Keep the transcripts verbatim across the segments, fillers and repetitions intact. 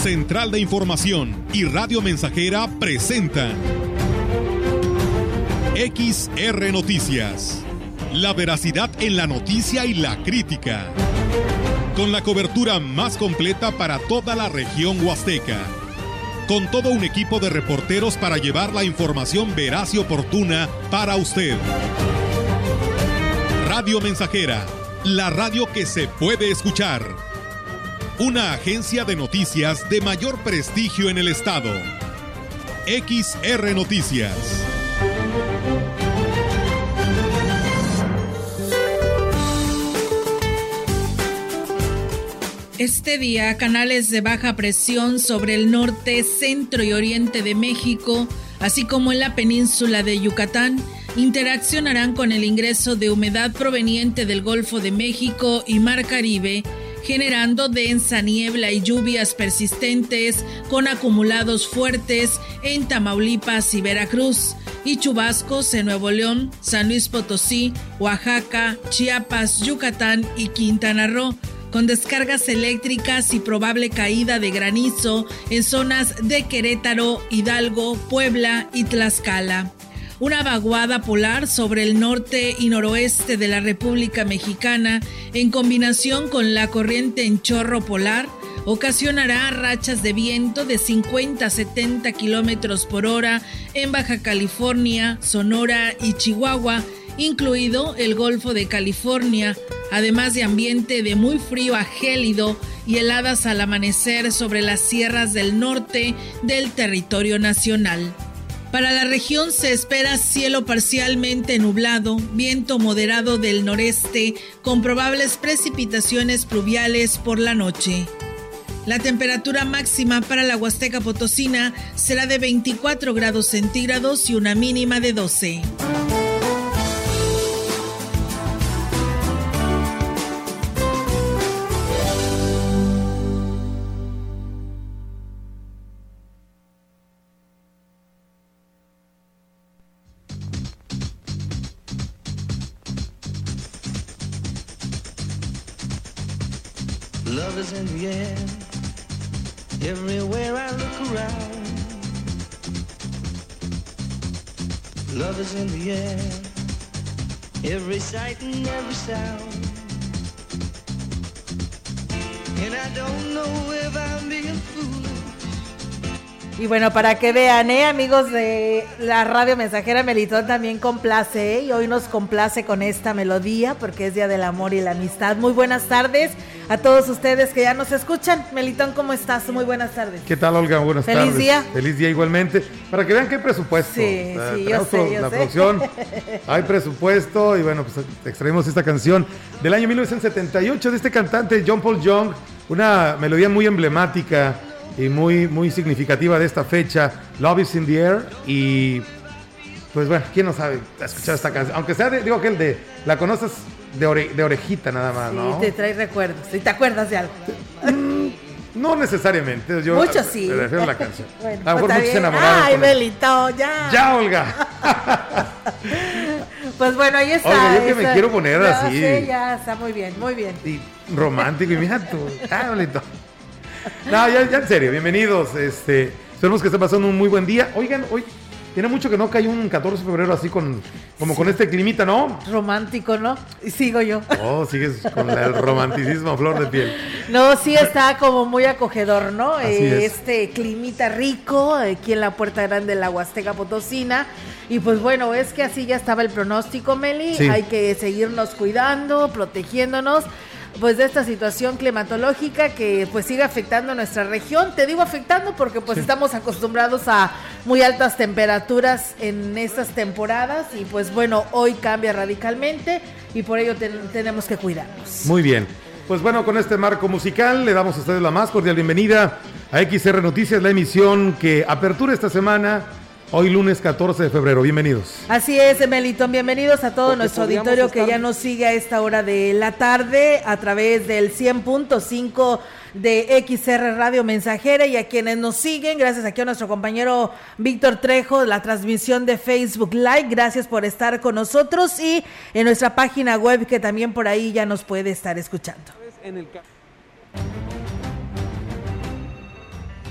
Central de Información y Radio Mensajera presentan X R Noticias. La veracidad en la noticia y la crítica. Con la cobertura más completa para toda la región huasteca. Con todo un equipo de reporteros para llevar la información veraz y oportuna para usted. Radio Mensajera, la radio que se puede escuchar. Una agencia de noticias de mayor prestigio en el estado. X R Noticias. Este día, canales de baja presión sobre el norte, centro y oriente de México, así como en la península de Yucatán, interaccionarán con el ingreso de humedad proveniente del Golfo de México y Mar Caribe, generando densa niebla y lluvias persistentes con acumulados fuertes en Tamaulipas y Veracruz, y chubascos en Nuevo León, San Luis Potosí, Oaxaca, Chiapas, Yucatán y Quintana Roo, con descargas eléctricas y probable caída de granizo en zonas de Querétaro, Hidalgo, Puebla y Tlaxcala. Una vaguada polar sobre el norte y noroeste de la República Mexicana, en combinación con la corriente en chorro polar, ocasionará rachas de viento de cincuenta a setenta kilómetros por hora en Baja California, Sonora y Chihuahua, incluido el Golfo de California, además de ambiente de muy frío a gélido y heladas al amanecer sobre las sierras del norte del territorio nacional. Para la región se espera cielo parcialmente nublado, viento moderado del noreste, con probables precipitaciones pluviales por la noche. La temperatura máxima para la Huasteca Potosina será de veinticuatro grados centígrados y una mínima de doce. Love is in the air, everywhere I look around. Love is in the air, every sight and every sound. And I don't know if I'm being foolish. Y bueno, para que vean, ¿eh? Amigos de la Radio Mensajera, Melitón también complace, ¿eh? Y hoy nos complace con esta melodía porque es Día del Amor y la Amistad. Muy buenas tardes a todos ustedes que ya nos escuchan. Melitón, ¿cómo estás? Muy buenas tardes. ¿Qué tal, Olga? Buenas Feliz tardes. Feliz día. Feliz día igualmente. Para que vean que hay presupuesto. Sí, o sea, sí, yo sé, yo la sé. producción, hay presupuesto y bueno, pues extraímos esta canción del año mil novecientos setenta y ocho de este cantante John Paul Young, una melodía muy emblemática y muy, muy significativa de esta fecha, Love is in the Air. Y pues bueno, ¿quién no sabe escuchar esta canción? Aunque sea, de, digo que el de, la conoces de, ore, de orejita nada más, ¿no? Sí, te trae recuerdos, y te acuerdas de algo. Mm, no necesariamente. Yo Mucho sí. Me refiero a la canción. Bueno, a lo mejor pues muchos enamorados. Ay, Melitón, ya. Ya, Olga. Pues bueno, ahí está. Olga, yo que esa, me quiero poner ya así. Sé, ya está muy bien, muy bien. Y romántico, y mira tú. Ah, Melitón. No, ya, ya en serio, bienvenidos. Este, esperemos que esté pasando un muy buen día. Oigan, hoy tiene mucho que no cae un catorce de febrero así con, como sí, con este climita, ¿no? Romántico, ¿no? Y sigo yo. Oh, sigues con el romanticismo a flor de piel. No, sí está como muy acogedor, ¿no? Así eh, es. Este climita rico aquí en la Puerta Grande de la Huasteca Potosina. Y pues bueno, es que así ya estaba el pronóstico, Meli. Sí. Hay que seguirnos cuidando, protegiéndonos pues de esta situación climatológica que pues sigue afectando a nuestra región. Te digo afectando porque pues sí, estamos acostumbrados a muy altas temperaturas en estas temporadas y pues bueno, hoy cambia radicalmente y por ello ten- tenemos que cuidarnos. Muy bien, pues bueno, con este marco musical le damos a ustedes la más cordial bienvenida a X R Noticias, la emisión que apertura esta semana. Hoy lunes catorce de febrero, bienvenidos. Así es, Melitón, bienvenidos a todo Porque nuestro auditorio estar... que ya nos sigue a esta hora de la tarde a través del cien punto cinco de X R Radio Mensajera y a quienes nos siguen, gracias aquí a nuestro compañero Víctor Trejo, la transmisión de Facebook Live, gracias por estar con nosotros y en nuestra página web que también por ahí ya nos puede estar escuchando. En el...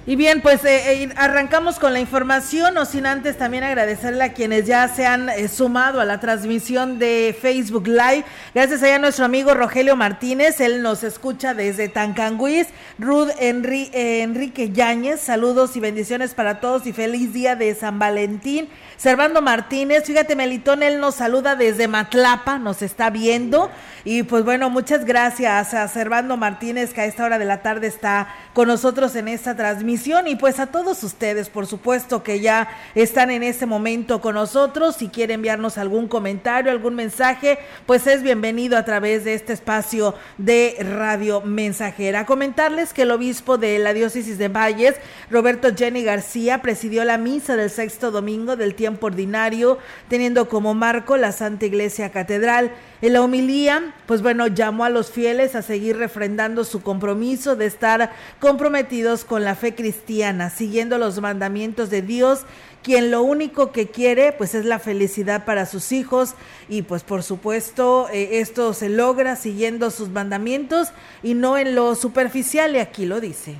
Y bien, pues eh, eh, arrancamos con la información, no sin antes también agradecerle a quienes ya se han eh, sumado a la transmisión de Facebook Live. Gracias a nuestro amigo Rogelio Martínez, él nos escucha desde Tancanguis. Ruth Enri, eh, Enrique Yáñez, saludos y bendiciones para todos y feliz día de San Valentín. Servando Martínez, fíjate Melitón, él nos saluda desde Matlapa, nos está viendo. Y pues bueno, muchas gracias a Servando Martínez, que a esta hora de la tarde está con nosotros en esta transmisión, y pues a todos ustedes, por supuesto, que ya están en este momento con nosotros. Si quiere enviarnos algún comentario, algún mensaje, pues es bienvenido a través de este espacio de Radio Mensajera. Comentarles que el obispo de la diócesis de Valles, Roberto Jenny García, presidió la misa del sexto domingo del tiempo ordinario, teniendo como marco la Santa Iglesia Catedral. En la homilía, pues bueno, llamó a los fieles a seguir refrendando su compromiso de estar comprometidos con la fe cristiana, siguiendo los mandamientos de Dios, quien lo único que quiere pues es la felicidad para sus hijos, y pues por supuesto eh, esto se logra siguiendo sus mandamientos y no en lo superficial, y aquí lo dice.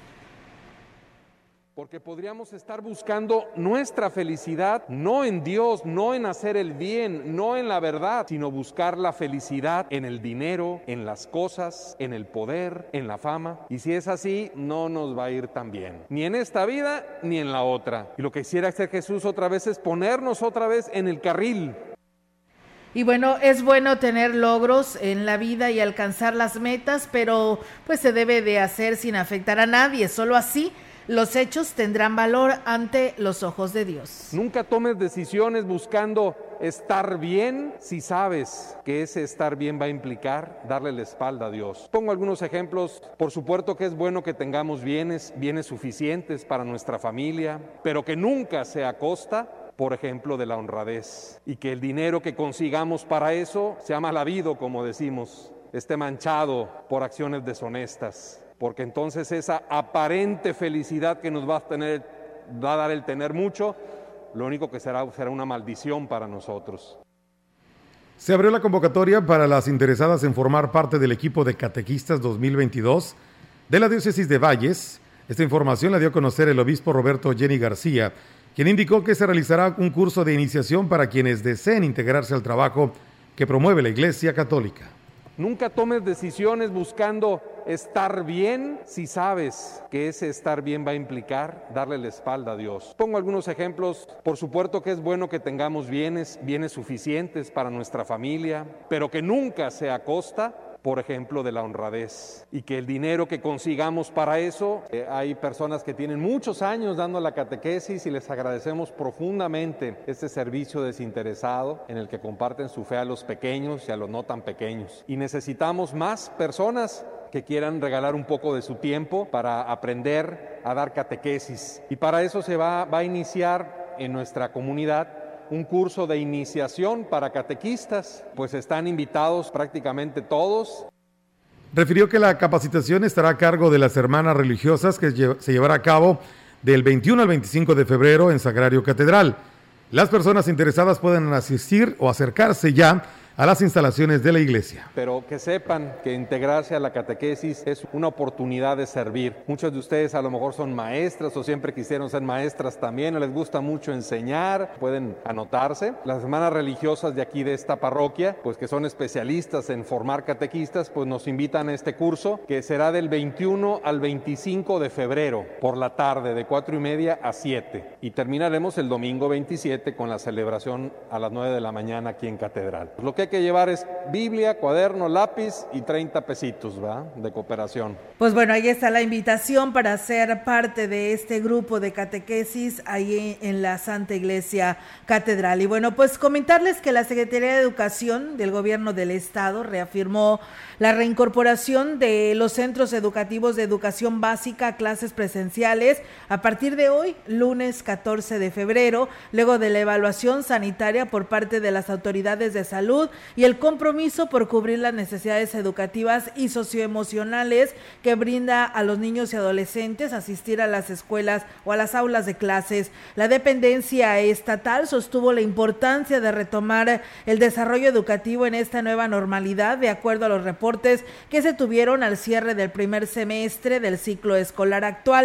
Porque podríamos estar buscando nuestra felicidad no en Dios, no en hacer el bien, no en la verdad, sino buscar la felicidad en el dinero, en las cosas, en el poder, en la fama. Y si es así, no nos va a ir tan bien, ni en esta vida ni en la otra. Y lo que quisiera hacer Jesús otra vez es ponernos otra vez en el carril. Y bueno, es bueno tener logros en la vida y alcanzar las metas, pero pues se debe de hacer sin afectar a nadie, solo así los hechos tendrán valor ante los ojos de Dios. Nunca tomes decisiones buscando estar bien si sabes que ese estar bien va a implicar darle la espalda a Dios. Pongo algunos ejemplos. Por supuesto que es bueno que tengamos bienes, bienes suficientes para nuestra familia, pero que nunca sea a costa, por ejemplo, de la honradez, y que el dinero que consigamos para eso sea mal habido, como decimos, esté manchado por acciones deshonestas. Porque entonces esa aparente felicidad que nos va a, tener, va a dar el tener mucho, lo único que será será una maldición para nosotros. Se abrió la convocatoria para las interesadas en formar parte del equipo de catequistas dos mil veintidós de la diócesis de Valles. Esta información la dio a conocer el obispo Roberto Jenny García, quien indicó que se realizará un curso de iniciación para quienes deseen integrarse al trabajo que promueve la Iglesia Católica. Nunca tomes decisiones buscando estar bien si sabes que ese estar bien va a implicar darle la espalda a Dios. Pongo algunos ejemplos. Por supuesto que es bueno que tengamos bienes, bienes suficientes para nuestra familia, pero que nunca sea a costa, por ejemplo, de la honradez, y que el dinero que consigamos para eso, eh, hay personas que tienen muchos años dando la catequesis y les agradecemos profundamente este servicio desinteresado en el que comparten su fe a los pequeños y a los no tan pequeños. Y necesitamos más personas que quieran regalar un poco de su tiempo para aprender a dar catequesis. Y para eso se va, va a iniciar en nuestra comunidad un curso de iniciación para catequistas, pues están invitados prácticamente todos. Refirió que la capacitación estará a cargo de las hermanas religiosas, que se llevará a cabo del veintiuno al veinticinco de febrero en Sagrario Catedral. Las personas interesadas pueden asistir o acercarse ya a las instalaciones de la iglesia. Pero que sepan que integrarse a la catequesis es una oportunidad de servir. Muchos de ustedes a lo mejor son maestras o siempre quisieron ser maestras también, o les gusta mucho enseñar, pueden anotarse. Las hermanas religiosas de aquí de esta parroquia, pues que son especialistas en formar catequistas, pues nos invitan a este curso que será del veintiuno al veinticinco de febrero por la tarde, de cuatro y media a siete. Y terminaremos el domingo veintisiete con la celebración a las nueve de la mañana aquí en Catedral. Lo que hay que llevar es Biblia, cuaderno, lápiz y treinta pesitos, ¿va? De cooperación. Pues bueno, ahí está la invitación para ser parte de este grupo de catequesis ahí en la Santa Iglesia Catedral. Y bueno, pues comentarles que la Secretaría de Educación del Gobierno del Estado reafirmó la reincorporación de los centros educativos de educación básica a clases presenciales a partir de hoy, lunes catorce de febrero, luego de la evaluación sanitaria por parte de las autoridades de salud y el compromiso por cubrir las necesidades educativas y socioemocionales que brinda a los niños y adolescentes asistir a las escuelas o a las aulas de clases. La dependencia estatal sostuvo la importancia de retomar el desarrollo educativo en esta nueva normalidad, de acuerdo a los reportes que se tuvieron al cierre del primer semestre del ciclo escolar actual.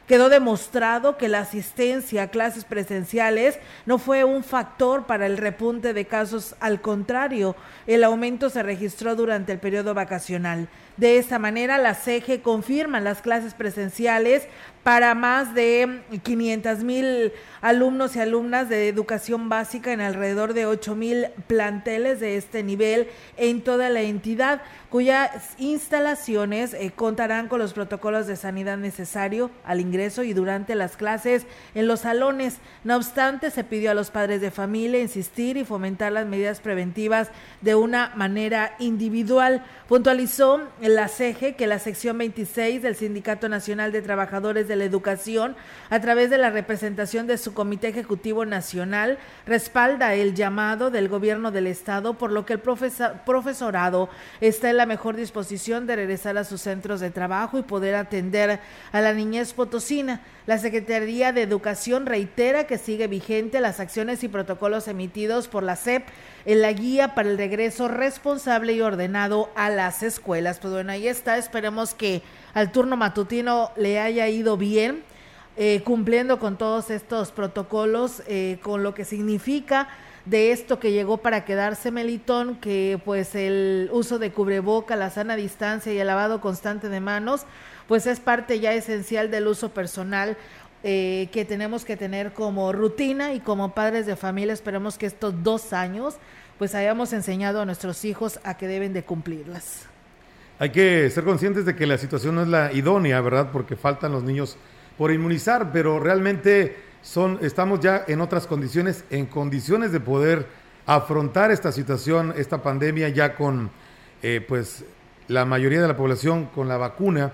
Quedó demostrado que la asistencia a clases presenciales no fue un factor para el repunte de casos, al contrario, el aumento se registró durante el periodo vacacional. De esta manera, la C E G E confirma las clases presenciales para más de quinientos mil alumnos y alumnas de educación básica en alrededor de ocho mil planteles de este nivel en toda la entidad, cuyas instalaciones eh, contarán con los protocolos de sanidad necesario al ingreso y durante las clases en los salones. No obstante, se pidió a los padres de familia insistir y fomentar las medidas preventivas de una manera individual. Puntualizó la C E G E que la sección veintiséis del Sindicato Nacional de Trabajadores de la Educación, a través de la representación de su Comité Ejecutivo Nacional, respalda el llamado del gobierno del estado, por lo que el profesor, profesorado está en la mejor disposición de regresar a sus centros de trabajo y poder atender a la niñez potosina. La Secretaría de Educación reitera que sigue vigente las acciones y protocolos emitidos por la S E P en la guía para el regreso responsable y ordenado a las escuelas. Pues bueno, ahí está, esperemos que al turno matutino le haya ido bien, eh, cumpliendo con todos estos protocolos, eh, con lo que significa de esto que llegó para quedarse, Melitón, que pues el uso de cubreboca, la sana distancia y el lavado constante de manos, pues es parte ya esencial del uso personal eh, que tenemos que tener como rutina, y como padres de familia esperemos que estos dos años pues hayamos enseñado a nuestros hijos a que deben de cumplirlas. Hay que ser conscientes de que la situación no es la idónea, ¿verdad? Porque faltan los niños por inmunizar, pero realmente son, estamos ya en otras condiciones, en condiciones de poder afrontar esta situación, esta pandemia ya con eh, pues la mayoría de la población con la vacuna.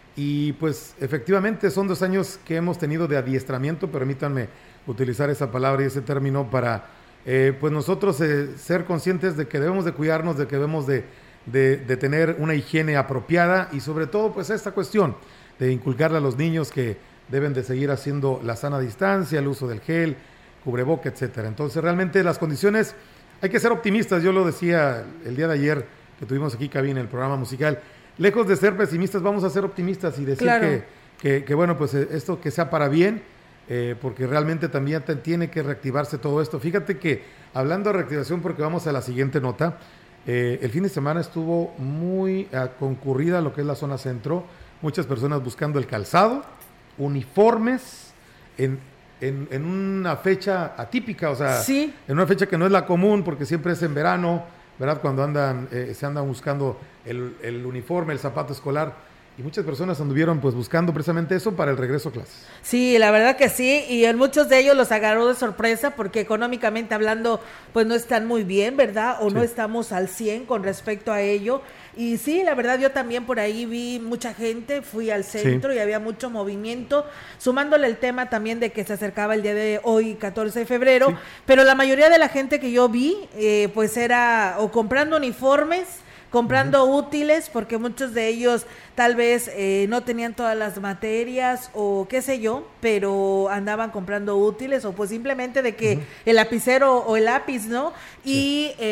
Y pues efectivamente son dos años que hemos tenido de adiestramiento, permítanme utilizar esa palabra y ese término para eh, pues nosotros eh, ser conscientes de que debemos de cuidarnos, de que debemos de, de, de tener una higiene apropiada, y sobre todo pues esta cuestión de inculcarle a los niños que deben de seguir haciendo la sana distancia, el uso del gel, cubreboca, etcétera. Entonces realmente las condiciones, hay que ser optimistas. Yo lo decía el día de ayer que tuvimos aquí cabina el programa musical, lejos de ser pesimistas, vamos a ser optimistas y decir claro. que, que, que, bueno, pues esto que sea para bien, eh, porque realmente también te, tiene que reactivarse todo esto. Fíjate que, hablando de reactivación, porque vamos a la siguiente nota, eh, el fin de semana estuvo muy uh, concurrida lo que es la zona centro, muchas personas buscando el calzado, uniformes, en, en, en una fecha atípica, o sea, sí. en una fecha que no es la común, porque siempre es en verano, ¿verdad? Cuando andan, eh, se andan buscando el, el uniforme, el zapato escolar, y muchas personas anduvieron pues buscando precisamente eso para el regreso a clases. Sí, la verdad que sí, y en muchos de ellos los agarró de sorpresa porque económicamente hablando pues no están muy bien, ¿verdad? O sí. no estamos al cien con respecto a ello. Y sí, la verdad yo también por ahí vi mucha gente, fui al centro sí. y había mucho movimiento, sumándole el tema también de que se acercaba el día de hoy, catorce de febrero, sí. pero la mayoría de la gente que yo vi eh, pues era o comprando uniformes, comprando uh-huh. útiles, porque muchos de ellos tal vez eh, no tenían todas las materias o qué sé yo, pero andaban comprando útiles, o pues simplemente de que uh-huh. el lapicero o el lápiz, ¿no? Y sí.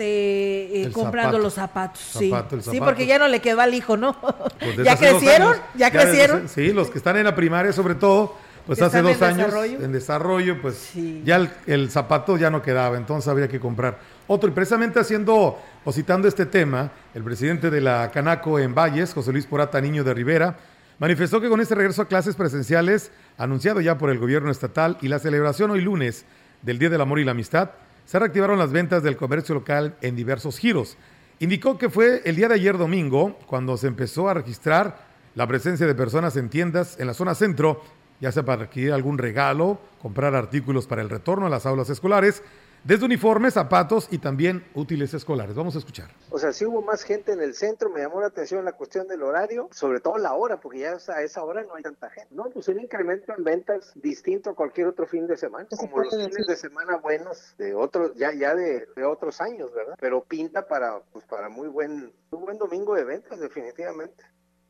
este eh, comprando zapato. los zapatos, sí. Zapato, sí, porque ya no le quedó al hijo, ¿no? Pues ¿Ya crecieron? ¿Ya, ya crecieron? Desde, sí, los que están en la primaria sobre todo, pues hace dos en años desarrollo. en desarrollo, pues sí. ya el, el zapato ya no quedaba, entonces habría que comprar otro. Y precisamente haciendo o citando este tema, el presidente de la Canaco en Valles, José Luis Porata Niño de Rivera, manifestó que con este regreso a clases presenciales, anunciado ya por el gobierno estatal, y la celebración hoy lunes del Día del Amor y la Amistad, se reactivaron las ventas del comercio local en diversos giros. Indicó que fue el día de ayer domingo cuando se empezó a registrar la presencia de personas en tiendas en la zona centro, ya sea para adquirir algún regalo, comprar artículos para el retorno a las aulas escolares, desde uniformes, zapatos y también útiles escolares. Vamos a escuchar. O sea, sí hubo más gente en el centro, me llamó la atención la cuestión del horario, sobre todo la hora, porque ya a esa hora no hay tanta gente. No, pues un incremento en ventas distinto a cualquier otro fin de semana, como los fines de semana buenos de otros, ya ya de, de otros años, ¿verdad? Pero pinta para, pues para muy buen, muy buen domingo de ventas, definitivamente.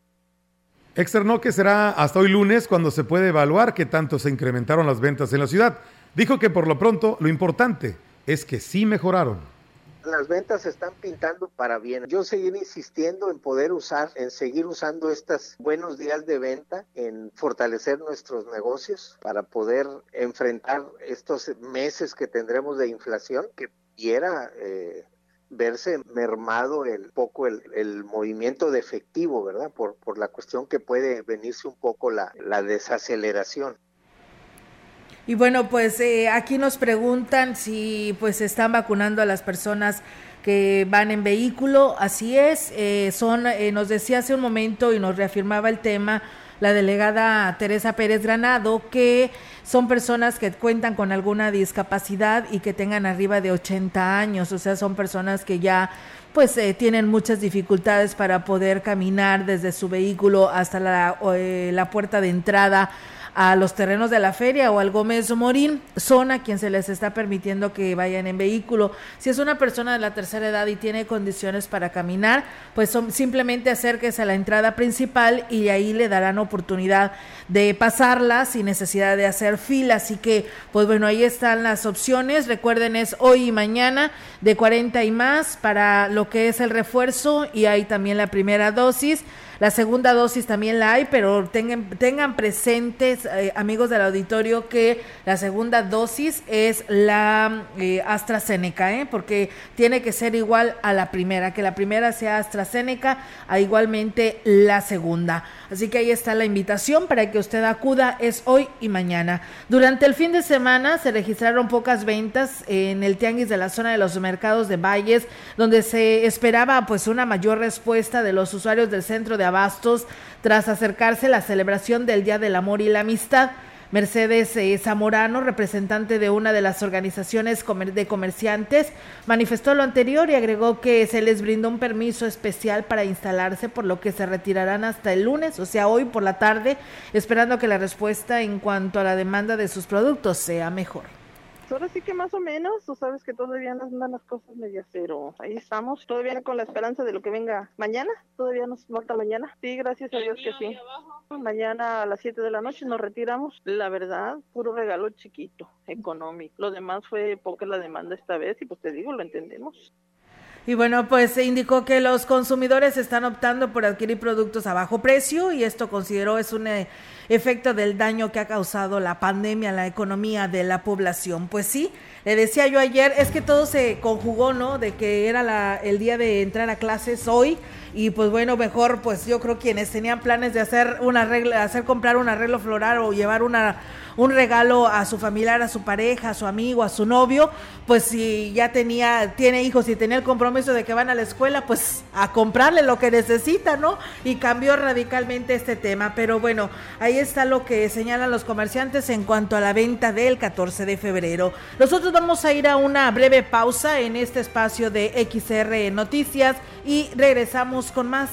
Externó que será hasta hoy lunes cuando se puede evaluar qué tanto se incrementaron las ventas en la ciudad. Dijo que por lo pronto lo importante es que sí mejoraron. Las ventas se están pintando para bien. Yo seguiré insistiendo en poder usar, en seguir usando estos buenos días de venta, en fortalecer nuestros negocios para poder enfrentar estos meses que tendremos de inflación, que pudiera eh, verse mermado el poco el, el movimiento de efectivo, ¿verdad? Por, por la cuestión que puede venirse un poco la, la desaceleración. Y bueno, pues eh, aquí nos preguntan si pues están vacunando a las personas que van en vehículo. Así es, eh, son, eh, nos decía hace un momento y nos reafirmaba el tema la delegada Teresa Pérez Granado, que son personas que cuentan con alguna discapacidad y que tengan arriba de ochenta años, o sea, son personas que ya pues eh, tienen muchas dificultades para poder caminar desde su vehículo hasta la, eh, la puerta de entrada a los terrenos de la feria o al Gómez Morín, son a quien se les está permitiendo que vayan en vehículo. Si es una persona de la tercera edad y tiene condiciones para caminar, pues son, simplemente acérquese a la entrada principal y ahí le darán oportunidad de pasarla sin necesidad de hacer fila. Así que, pues bueno, ahí están las opciones. Recuerden, es hoy y mañana de cuarenta y más para lo que es el refuerzo, y hay también la primera dosis. La segunda dosis también la hay, pero tengan, tengan presentes, eh, amigos del auditorio, que la segunda dosis es la eh, AstraZeneca, ¿eh? porque tiene que ser igual a la primera, que la primera sea AstraZeneca, a igualmente la segunda. Así que ahí está la invitación para que usted acuda, es hoy y mañana. Durante el fin de semana se registraron pocas ventas en el tianguis de la zona de los mercados de Valles, donde se esperaba pues una mayor respuesta de los usuarios del centro de abastos tras acercarse la celebración del Día del Amor y la Amistad. Mercedes eh, Zamorano, representante de una de las organizaciones comer- de comerciantes, manifestó lo anterior y agregó que se les brindó un permiso especial para instalarse, por lo que se retirarán hasta el lunes, o sea, hoy por la tarde, esperando que la respuesta en cuanto a la demanda de sus productos sea mejor. Ahora sí que más o menos, tú sabes que todavía nos andan las cosas medias, pero ahí estamos, todavía con la esperanza de lo que venga mañana, todavía nos falta mañana. Sí, gracias a Dios que sí. Mañana a las siete de la noche nos retiramos, la verdad, puro regalo chiquito, económico. Lo demás fue poca la demanda esta vez y pues te digo, lo entendemos. Y bueno, pues se indicó que los consumidores están optando por adquirir productos a bajo precio, y esto consideró es un eh, efecto del daño que ha causado la pandemia a la economía de la población. Pues sí, le decía yo ayer, es que todo se conjugó, ¿no? De que era la, el día de entrar a clases hoy, y pues bueno, mejor pues yo creo quienes tenían planes de hacer una regla, hacer comprar un arreglo floral o llevar una un regalo a su familiar, a su pareja, a su amigo, a su novio, pues si ya tenía, tiene hijos y tenía el compromiso de que van a la escuela, pues a comprarle lo que necesita, ¿no? Y cambió radicalmente este tema, pero bueno, ahí está lo que señalan los comerciantes en cuanto a la venta del catorce de febrero. Nosotros vamos a ir a una breve pausa en este espacio de X R Noticias y regresamos con más.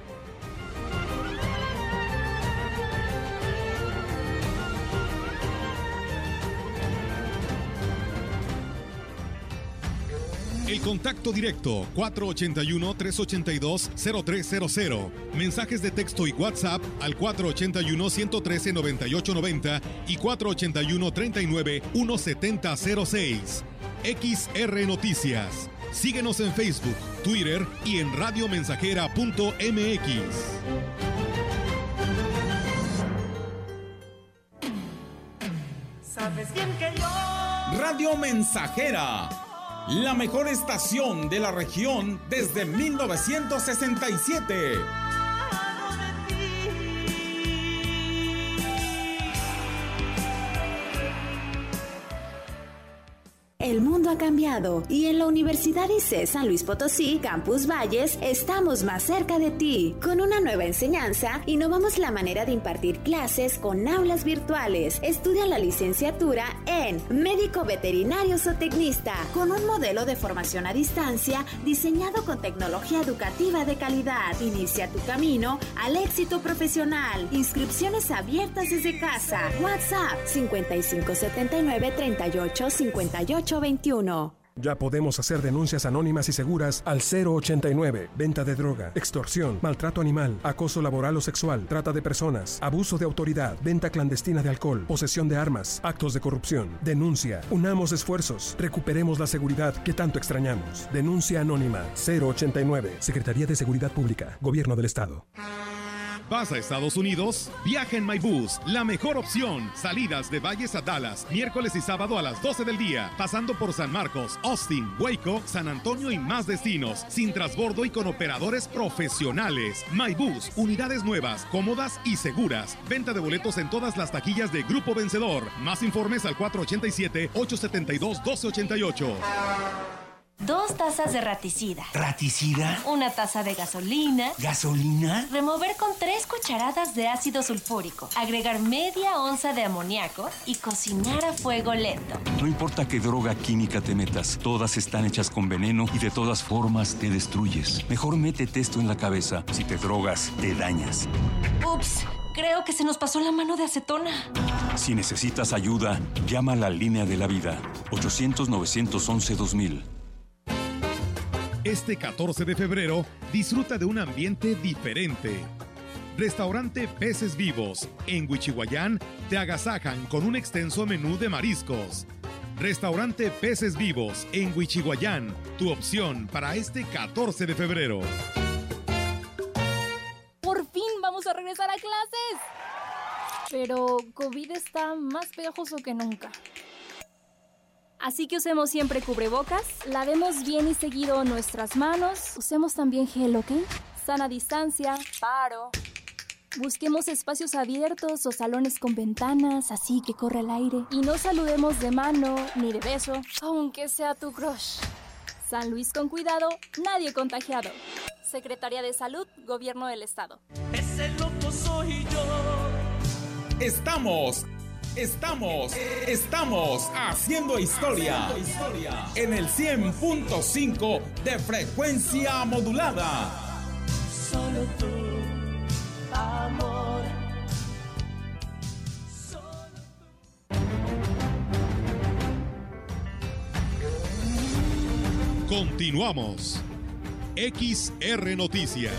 El contacto directo cuatro ochenta y uno, trescientos ochenta y dos, cero tres cero cero. Mensajes de texto y WhatsApp al cuatro ochenta y uno, ciento trece, noventa y ocho noventa y cuatro ochenta y uno, treinta y nueve, ciento setenta cero seis. X R Noticias. Síguenos en Facebook, Twitter y en radiomensajera punto m x. ¿Sabes bien que yo? Radio Mensajera, la mejor estación de la región desde mil novecientos sesenta y siete. El mundo ha cambiado y en la Universidad I C E San Luis Potosí, Campus Valles, estamos más cerca de ti. Con una nueva enseñanza, innovamos la manera de impartir clases con aulas virtuales. Estudia la licenciatura en Médico Veterinario Zootecnista, con un modelo de formación a distancia diseñado con tecnología educativa de calidad. Inicia tu camino al éxito profesional. Inscripciones abiertas desde casa. WhatsApp cincuenta y cinco setenta y nueve, treinta y ocho, cincuenta y ocho veintiuno. Ya podemos hacer denuncias anónimas y seguras al cero ochenta y nueve, venta de droga, extorsión, maltrato animal, acoso laboral o sexual, trata de personas, abuso de autoridad, venta clandestina de alcohol, posesión de armas, actos de corrupción. Denuncia, unamos esfuerzos, recuperemos la seguridad que tanto extrañamos. Denuncia anónima cero ochenta y nueve, Secretaría de Seguridad Pública, Gobierno del Estado. ¿Vas a Estados Unidos? Viaja en MyBus, la mejor opción. Salidas de Valles a Dallas, miércoles y sábado a las doce del día, pasando por San Marcos, Austin, Waco, San Antonio y más destinos, sin transbordo y con operadores profesionales. MyBus, unidades nuevas, cómodas y seguras. Venta de boletos en todas las taquillas de Grupo Vencedor. Más informes al cuatro ocho siete, ocho siete dos, uno dos ocho ocho. Dos tazas de raticida. ¿Raticida? Una taza de gasolina. ¿Gasolina? Remover con tres cucharadas de ácido sulfúrico. Agregar media onza de amoníaco y cocinar a fuego lento. No importa qué droga química te metas, todas están hechas con veneno y de todas formas te destruyes. Mejor métete esto en la cabeza. Si te drogas, te dañas. Ups, creo que se nos pasó la mano de acetona. Si necesitas ayuda, llama a la Línea de la Vida. ochocientos, novecientos once, dos mil. Este catorce de febrero, disfruta de un ambiente diferente. Restaurante Peces Vivos, en Huichihuayán, te agasajan con un extenso menú de mariscos. Restaurante Peces Vivos, en Huichihuayán, tu opción para este catorce de febrero. ¡Por fin vamos a regresar a clases! Pero COVID está más pegajoso que nunca. Así que usemos siempre cubrebocas, lavemos bien y seguido nuestras manos, usemos también gel, ¿ok? Sana distancia, paro. Busquemos espacios abiertos o salones con ventanas, así que corre el aire. Y no saludemos de mano ni de beso, aunque sea tu crush. San Luis con cuidado, nadie contagiado. Secretaría de Salud, Gobierno del Estado. Ese loco soy yo. Estamos... Estamos, estamos haciendo historia, haciendo historia en el cien punto cinco de frecuencia modulada. Solo tú, amor. Solo tú. Continuamos. X R Noticias.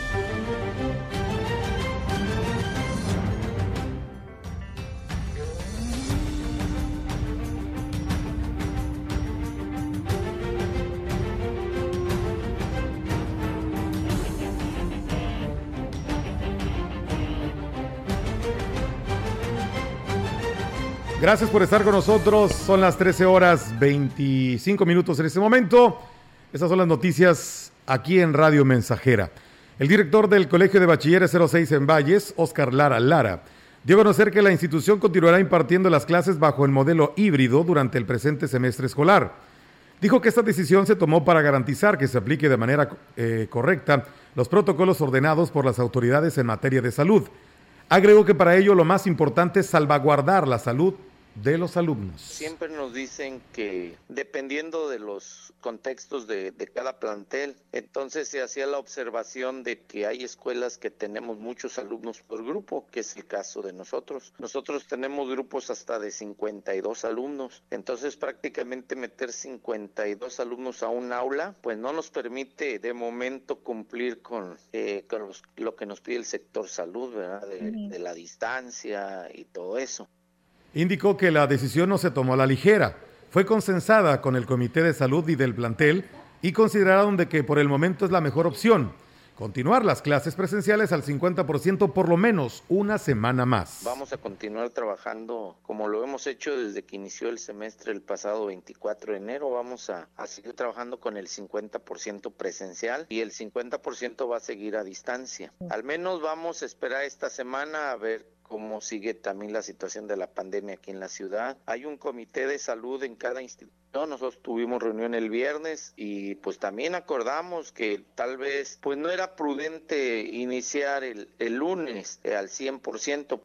Gracias por estar con nosotros. Son las trece horas veinticinco minutos en este momento. Estas son las noticias aquí en Radio Mensajera. El director del Colegio de Bachilleres cero seis en Valles, Óscar Lara Lara, dio a conocer que la institución continuará impartiendo las clases bajo el modelo híbrido durante el presente semestre escolar. Dijo que esta decisión se tomó para garantizar que se aplique de manera eh, correcta los protocolos ordenados por las autoridades en materia de salud. Agregó que para ello lo más importante es salvaguardar la salud de los alumnos. Siempre nos dicen que dependiendo de los contextos de, de cada plantel, entonces se hacía la observación de que hay escuelas que tenemos muchos alumnos por grupo, que es el caso de nosotros. Nosotros tenemos grupos hasta de cincuenta y dos alumnos, entonces prácticamente meter cincuenta y dos alumnos a un aula, pues no nos permite de momento cumplir con, eh, con los, lo que nos pide el sector salud, ¿verdad? De, uh-huh. de la distancia y todo eso. Indicó que la decisión no se tomó a la ligera, fue consensada con el Comité de Salud y del plantel y consideraron de que por el momento es la mejor opción, continuar las clases presenciales al cincuenta por ciento por lo menos una semana más. Vamos a continuar trabajando como lo hemos hecho desde que inició el semestre el pasado veinticuatro de enero, vamos a, a seguir trabajando con el cincuenta por ciento presencial y el cincuenta por ciento va a seguir a distancia. Al menos vamos a esperar esta semana a ver cómo sigue también la situación de la pandemia aquí en la ciudad. Hay un comité de salud en cada institución. Nosotros tuvimos reunión el viernes y pues también acordamos que tal vez pues no era prudente iniciar el, el lunes eh, al cien por ciento.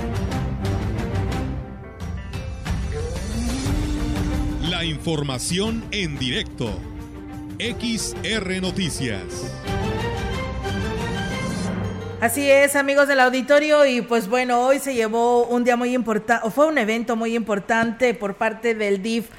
La información en directo. X R Noticias. Así es, amigos del auditorio, y pues bueno, hoy se llevó un día muy importante, o fue un evento muy importante por parte del D I F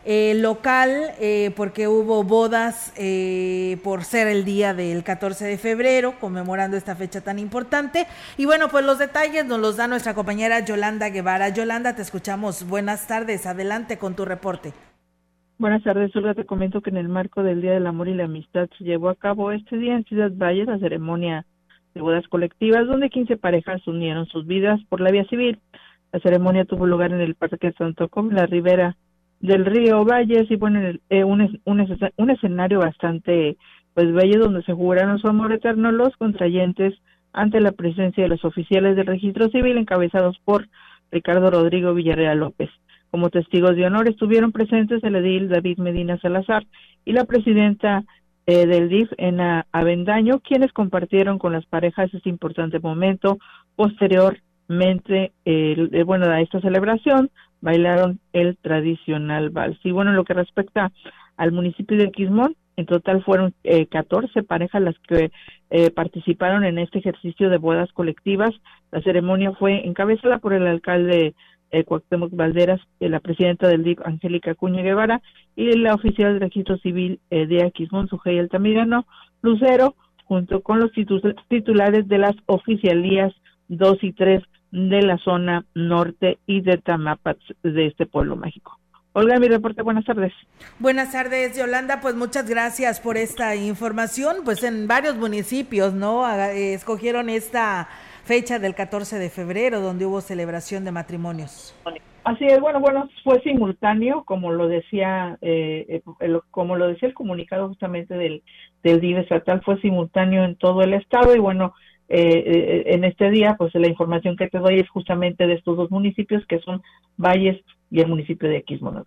eh, local, eh, porque hubo bodas eh, por ser el día del catorce de febrero, conmemorando esta fecha tan importante. Y bueno, pues los detalles nos los da nuestra compañera Yolanda Guevara. Yolanda, te escuchamos. Buenas tardes, adelante con tu reporte. Buenas tardes, Olga. Te comento que en el marco del Día del Amor y la Amistad se llevó a cabo este día en Ciudad Valles la ceremonia de bodas colectivas, donde quince parejas unieron sus vidas por la vía civil. La ceremonia tuvo lugar en el Parque Santo Com, la ribera del río Valles, y bueno, eh, un, un, un escenario bastante pues bello, donde se juraron su amor eterno los contrayentes ante la presencia de los oficiales del registro civil encabezados por Ricardo Rodrigo Villarreal López. Como testigos de honor estuvieron presentes el edil David Medina Salazar y la presidenta eh, del D I F, Ena Avendaño, quienes compartieron con las parejas este importante momento. Posteriormente, eh, eh, bueno, a esta celebración, bailaron el tradicional vals. Y bueno, en lo que respecta al municipio de Quismón, en total fueron eh, catorce parejas las que eh, participaron en este ejercicio de bodas colectivas. La ceremonia fue encabezada por el alcalde eh, Cuauhtémoc Valderas, eh, la presidenta del D I F, Angélica Acuña Guevara, y la oficial de registro civil eh, de Aquismón, Sujei Altamirano Lucero, junto con los titu- titulares de las oficialías dos y tres de la zona norte y de Tamapas de este pueblo mágico. Olga, mi reporte, buenas tardes. Buenas tardes, Yolanda, pues muchas gracias por esta información. Pues en varios municipios, ¿no? Eh, escogieron esta fecha del catorce de febrero, donde hubo celebración de matrimonios. Así es, bueno, bueno, fue simultáneo, como lo decía, eh, el, como lo decía el comunicado justamente del, del D I F estatal, fue simultáneo en todo el estado, y bueno, eh, eh, en este día, pues la información que te doy es justamente de estos dos municipios, que son Valles y el municipio de Aquismón.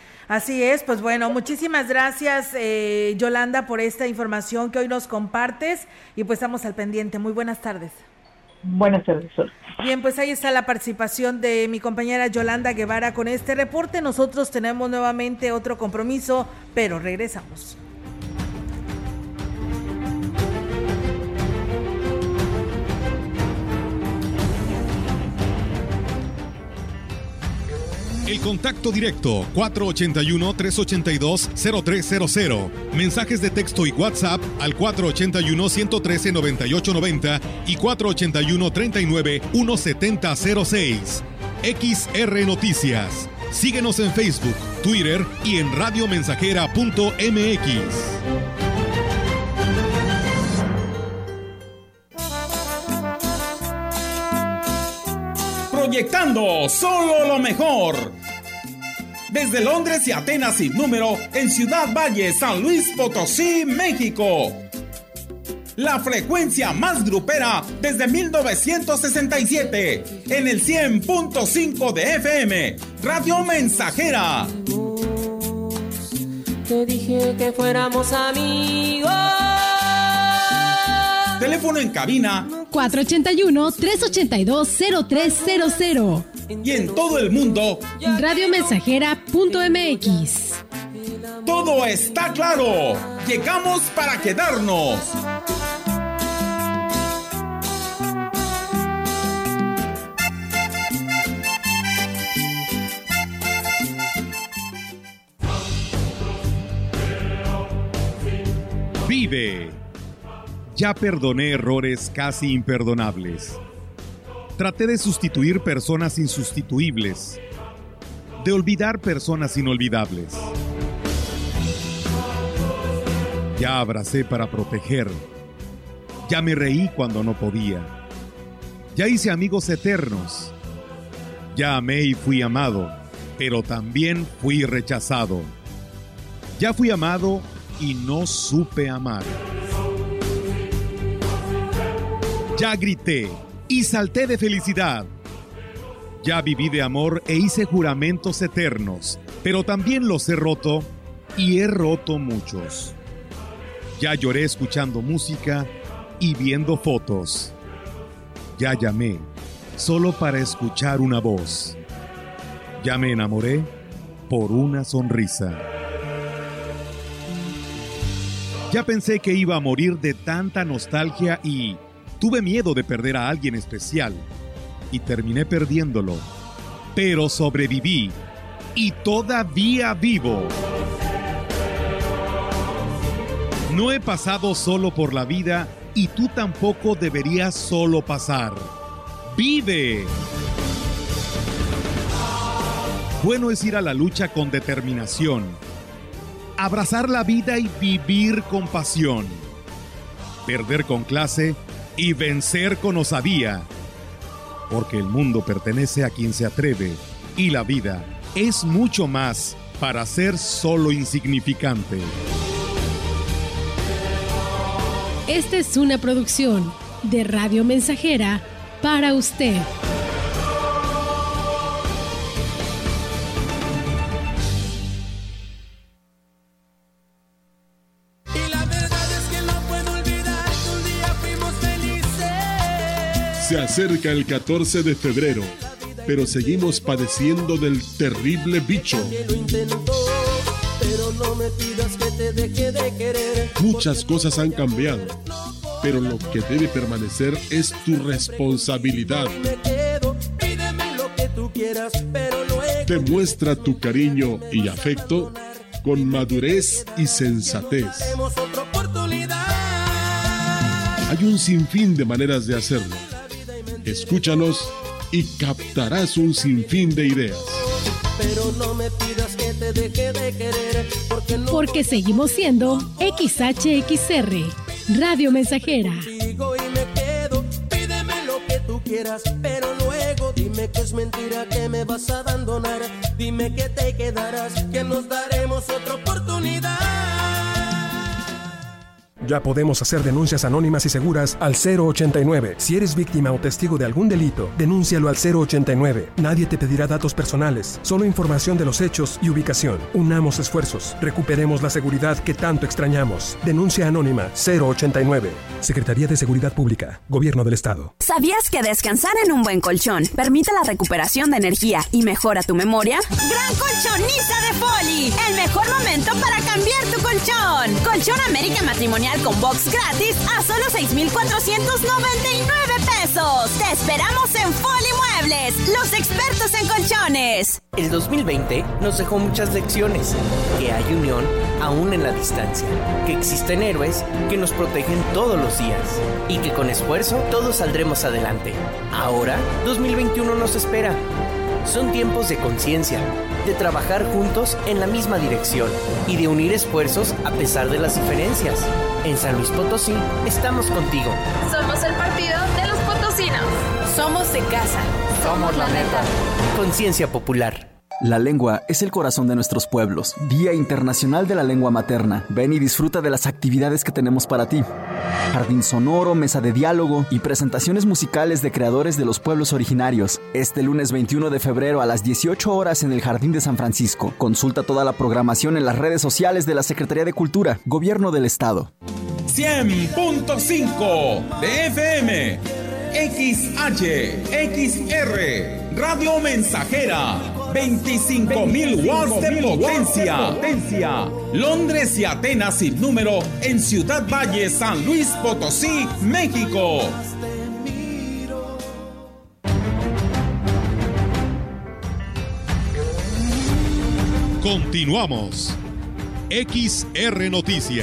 Así es, pues bueno, muchísimas gracias, eh, Yolanda, por esta información que hoy nos compartes, y pues estamos al pendiente. Muy buenas tardes. Buenas tardes, Sol. Bien, pues ahí está la participación de mi compañera Yolanda Guevara con este reporte. Nosotros tenemos nuevamente otro compromiso, pero regresamos. El contacto directo cuatro ocho uno, tres ocho dos, cero tres cero cero. Mensajes de texto y WhatsApp al cuatro ocho uno, uno uno tres, nueve ocho nueve cero y cuatro ocho uno, tres nueve, uno siete cero cero seis. X R Noticias. Síguenos en Facebook, Twitter y en radiomensajera punto m x. Proyectando solo lo mejor. Desde Londres y Atenas sin número, en Ciudad Valle, San Luis Potosí, México. La frecuencia más grupera desde mil novecientos sesenta y siete, en el cien punto cinco de F M, Radio Mensajera. Te dije que fuéramos amigos. Teléfono en cabina cuatro ocho uno, tres ocho dos, cero tres cero cero. Y en todo el mundo, radiomensajera punto m x. Todo está claro. Llegamos para quedarnos. Vive. Ya perdoné errores casi imperdonables. Traté de sustituir personas insustituibles, de olvidar personas inolvidables. Ya abracé para proteger. Ya me reí cuando no podía. Ya hice amigos eternos. Ya amé y fui amado, pero también fui rechazado. Ya fui amado y no supe amar. Ya grité y salté de felicidad. Ya viví de amor e hice juramentos eternos, pero también los he roto y he roto muchos. Ya lloré escuchando música y viendo fotos. Ya llamé solo para escuchar una voz. Ya me enamoré por una sonrisa. Ya pensé que iba a morir de tanta nostalgia y tuve miedo de perder a alguien especial y terminé perdiéndolo, pero sobreviví y todavía vivo. No he pasado solo por la vida y tú tampoco deberías solo pasar. ¡Vive! Bueno es ir a la lucha con determinación, abrazar la vida y vivir con pasión, perder con clase y vencer con osadía, porque el mundo pertenece a quien se atreve y la vida es mucho más para ser solo insignificante. Esta es una producción de Radio Mensajera para usted. Se acerca el catorce de febrero, pero seguimos padeciendo del terrible bicho. Muchas cosas han cambiado, pero lo que debe permanecer es tu responsabilidad. Demuestra tu cariño y afecto con madurez y sensatez. Hay un sinfín de maneras de hacerlo. Escúchanos y captarás un sinfín de ideas. Pero no me pidas que te deje de querer, porque, no porque seguimos siendo X H X R, Radio Mensajera. Y me quedo, pídeme lo que tú quieras, pero luego dime que es mentira, que me vas a abandonar. Dime que te quedarás, que nos daremos otra oportunidad. Ya podemos hacer denuncias anónimas y seguras al cero ochenta y nueve. Si eres víctima o testigo de algún delito, denúncialo al cero ochenta y nueve. Nadie te pedirá datos personales, solo información de los hechos y ubicación. Unamos esfuerzos, recuperemos la seguridad que tanto extrañamos. Denuncia anónima cero ochenta y nueve. Secretaría de Seguridad Pública, Gobierno del Estado. ¿Sabías que descansar en un buen colchón permite la recuperación de energía y mejora tu memoria? ¡Gran colchonista de Foli! El mejor momento para cambiar tu colchón. Colchón América Matrimonial con box gratis a solo seis mil cuatrocientos noventa y nueve pesos. Te esperamos en Foli Muebles, los expertos en colchones. El dos mil veinte nos dejó muchas lecciones. Que hay unión aún en la distancia. Que existen héroes que nos protegen todos los días. Y que con esfuerzo todos saldremos adelante. Ahora, dos mil veintiuno nos espera. Son tiempos de conciencia, de trabajar juntos en la misma dirección y de unir esfuerzos a pesar de las diferencias. En San Luis Potosí estamos contigo. Somos el partido de los potosinos. Somos de casa. Somos la neta. Conciencia popular. La lengua es el corazón de nuestros pueblos. Día Internacional de la Lengua Materna. Ven y disfruta de las actividades que tenemos para ti. Jardín sonoro, mesa de diálogo y presentaciones musicales de creadores de los pueblos originarios. Este lunes veintiuno de febrero a las dieciocho horas en el Jardín de San Francisco. Consulta toda la programación en las redes sociales de la Secretaría de Cultura, Gobierno del Estado. cien punto cinco de F M, X H X R, Radio Mensajera. veinticinco mil watts de potencia. Londres y Atenas sin número en Ciudad Valle, San Luis Potosí, México. Continuamos. X R Noticias.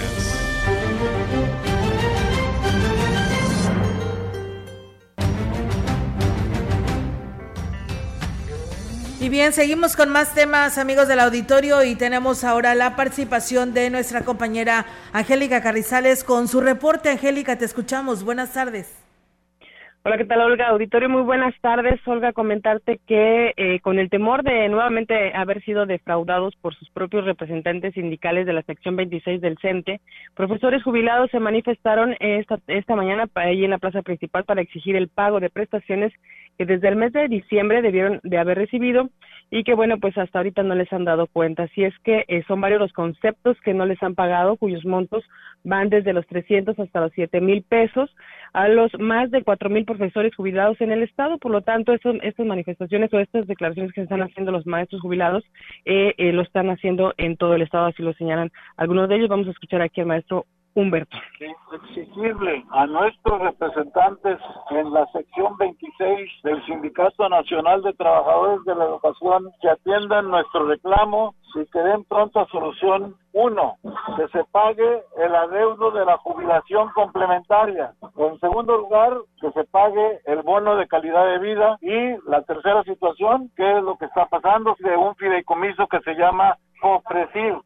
Y bien, seguimos con más temas, amigos del auditorio, y tenemos ahora la participación de nuestra compañera Angélica Carrizales con su reporte. Angélica, te escuchamos. Buenas tardes. Hola, ¿qué tal, Olga? Auditorio, muy buenas tardes. Olga, comentarte que eh, con el temor de nuevamente haber sido defraudados por sus propios representantes sindicales de la sección veintiséis del CENTE, profesores jubilados se manifestaron esta, esta mañana ahí en la plaza principal para exigir el pago de prestaciones que desde el mes de diciembre debieron de haber recibido y que, bueno, pues hasta ahorita no les han dado cuenta. Así es que eh, son varios los conceptos que no les han pagado, cuyos montos van desde los trescientos hasta los siete mil pesos, a los más de cuatro mil profesores jubilados en el estado. Por lo tanto, estos, estas manifestaciones o estas declaraciones que están haciendo los maestros jubilados eh, eh, lo están haciendo en todo el estado, así lo señalan algunos de ellos. Vamos a escuchar aquí al maestro Humberto. Sí, decirle a nuestros representantes en la sección veintiséis del Sindicato Nacional de Trabajadores de la Educación que atiendan nuestro reclamo y que den pronta solución. Uno, que se pague el adeudo de la jubilación complementaria. En segundo lugar, que se pague el bono de calidad de vida. Y la tercera situación, que es lo que está pasando de un fideicomiso que se llama COFRESIL.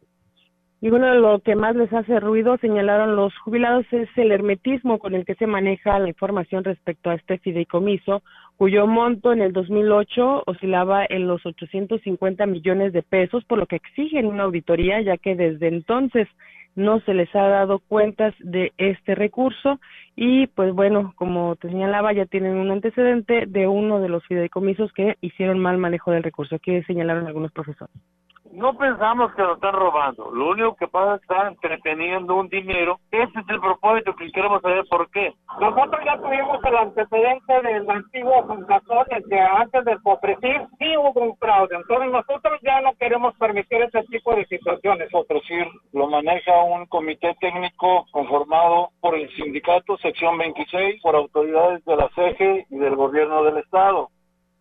Y bueno, lo que más les hace ruido, señalaron los jubilados, es el hermetismo con el que se maneja la información respecto a este fideicomiso, cuyo monto en el dos mil ocho oscilaba en los ochocientos cincuenta millones de pesos, por lo que exigen una auditoría, ya que desde entonces no se les ha dado cuentas de este recurso. Y pues bueno, como te señalaba, ya tienen un antecedente de uno de los fideicomisos que hicieron mal manejo del recurso. Aquí señalaron algunos profesores. No pensamos que lo están robando, lo único que pasa es que están entreteniendo un dinero. Ese es el propósito que queremos saber por qué. Nosotros ya tuvimos el antecedente del antiguo Fundazón, que antes del COFRESIL sí hubo un fraude, entonces nosotros ya no queremos permitir ese tipo de situaciones. COFRESIL lo maneja un comité técnico conformado por el sindicato sección veintiséis, por autoridades de la C E G E y del gobierno del estado.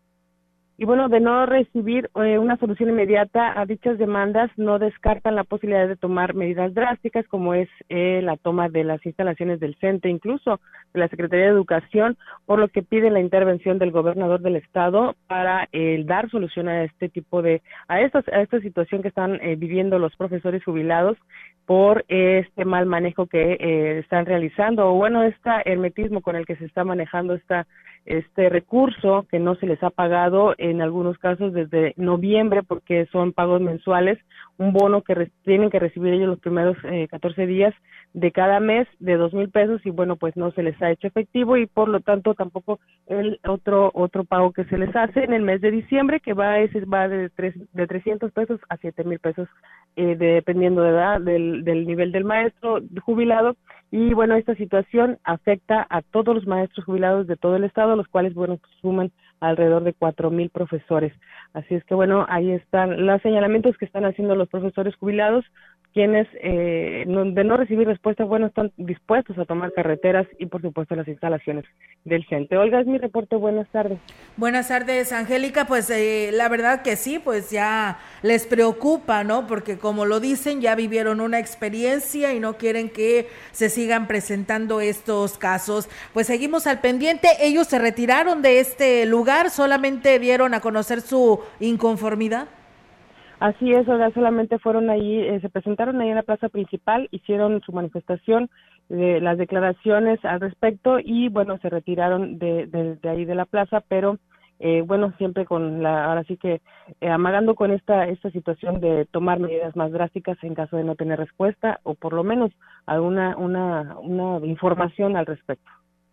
Y bueno, de no recibir eh, una solución inmediata a dichas demandas, no descartan la posibilidad de tomar medidas drásticas, como es eh, la toma de las instalaciones del CENTE, incluso de la Secretaría de Educación, por lo que piden la intervención del gobernador del estado para eh, dar solución a este tipo de, a esta, a esta situación que están eh, viviendo los profesores jubilados por eh, este mal manejo que eh, están realizando, o bueno, este hermetismo con el que se está manejando esta este recurso que no se les ha pagado en algunos casos desde noviembre, porque son pagos mensuales, un bono que re- tienen que recibir ellos los primeros eh, catorce días de cada mes de dos mil pesos, y bueno, pues no se les ha hecho efectivo, y por lo tanto tampoco el otro otro pago que se les hace en el mes de diciembre, que va ese va de tres, de trescientos pesos a siete mil pesos, eh, de, dependiendo de edad, del, del nivel del maestro jubilado. Y bueno, esta situación afecta a todos los maestros jubilados de todo el estado, los cuales, bueno, suman alrededor de cuatro mil profesores. Así es que, bueno, ahí están los señalamientos que están haciendo los profesores jubilados, quienes, eh, no, de no recibir respuesta, bueno, están dispuestos a tomar carreteras y, por supuesto, las instalaciones del CENTE. Olga, es mi reporte. Buenas tardes. Buenas tardes, Angélica. Pues eh, la verdad que sí, pues ya les preocupa, ¿no? Porque como lo dicen, ya vivieron una experiencia y no quieren que se sigan presentando estos casos. Pues seguimos al pendiente. Ellos se retiraron de este lugar, solamente dieron a conocer su inconformidad. Así es, Olga, solamente fueron ahí, eh, se presentaron ahí en la plaza principal, hicieron su manifestación, de las declaraciones al respecto, y bueno, se retiraron de, de, de ahí de la plaza, pero eh, bueno, siempre con la, ahora sí que eh, amagando con esta esta situación de tomar medidas más drásticas en caso de no tener respuesta, o por lo menos alguna una, una información al respecto.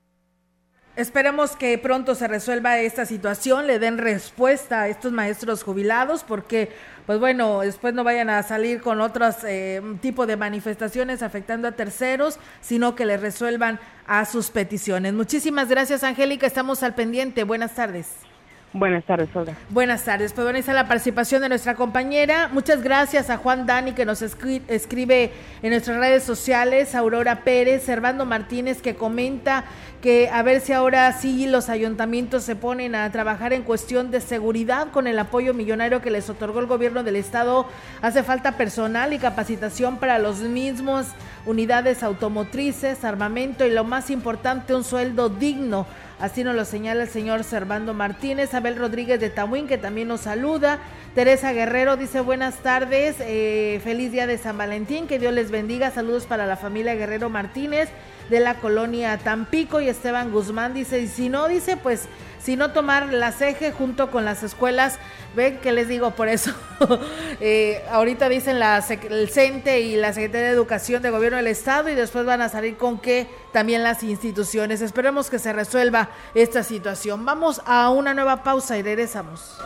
Esperemos que pronto se resuelva esta situación, le den respuesta a estos maestros jubilados, porque, pues bueno, después no vayan a salir con otros eh, tipo de manifestaciones afectando a terceros, sino que les resuelvan a sus peticiones. Muchísimas gracias, Angélica, estamos al pendiente. Buenas tardes. Buenas tardes, Olga. Buenas tardes, pues bueno, ahí está la participación de nuestra compañera. Muchas gracias a Juan Dani, que nos escri- escribe en nuestras redes sociales, Aurora Pérez, Servando Martínez, que comenta que a ver si ahora sí los ayuntamientos se ponen a trabajar en cuestión de seguridad con el apoyo millonario que les otorgó el gobierno del estado. Hace falta personal y capacitación para los mismos, unidades automotrices, armamento y lo más importante, un sueldo digno. Así nos lo señala el señor Servando Martínez. Abel Rodríguez de Tamuín, que también nos saluda. Teresa Guerrero dice buenas tardes, eh, feliz día de San Valentín, que Dios les bendiga, saludos para la familia Guerrero Martínez de la colonia Tampico. Y Esteban Guzmán dice, y si no, dice, pues, si no tomar la C E G E junto con las escuelas, ven que les digo, por eso, eh, ahorita dicen la, el CENTE y la Secretaría de Educación de Gobierno del Estado, y después van a salir con que también las instituciones. Esperemos que se resuelva esta situación. Vamos a una nueva pausa y regresamos.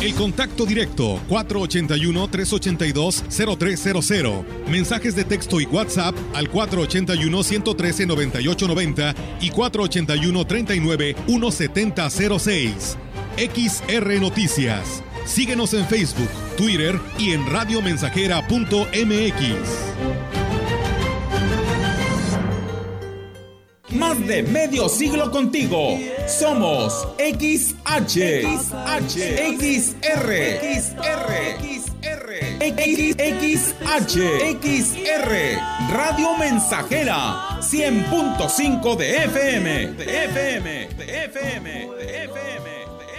El contacto directo cuatro ocho uno, tres ocho dos, cero tres cero cero. Mensajes de texto y WhatsApp al cuatro ocho uno, uno uno tres, nueve ocho nueve cero y cuatro ocho uno, tres nueve, uno siete cero cero seis. X R Noticias. Síguenos en Facebook, Twitter y en radiomensajera punto m x. Más de medio siglo contigo. Somos X H, X H, X R, X R, X R, X, X H, X R, Radio Mensajera, cien punto cinco de F M, de F M, de F M, de F M.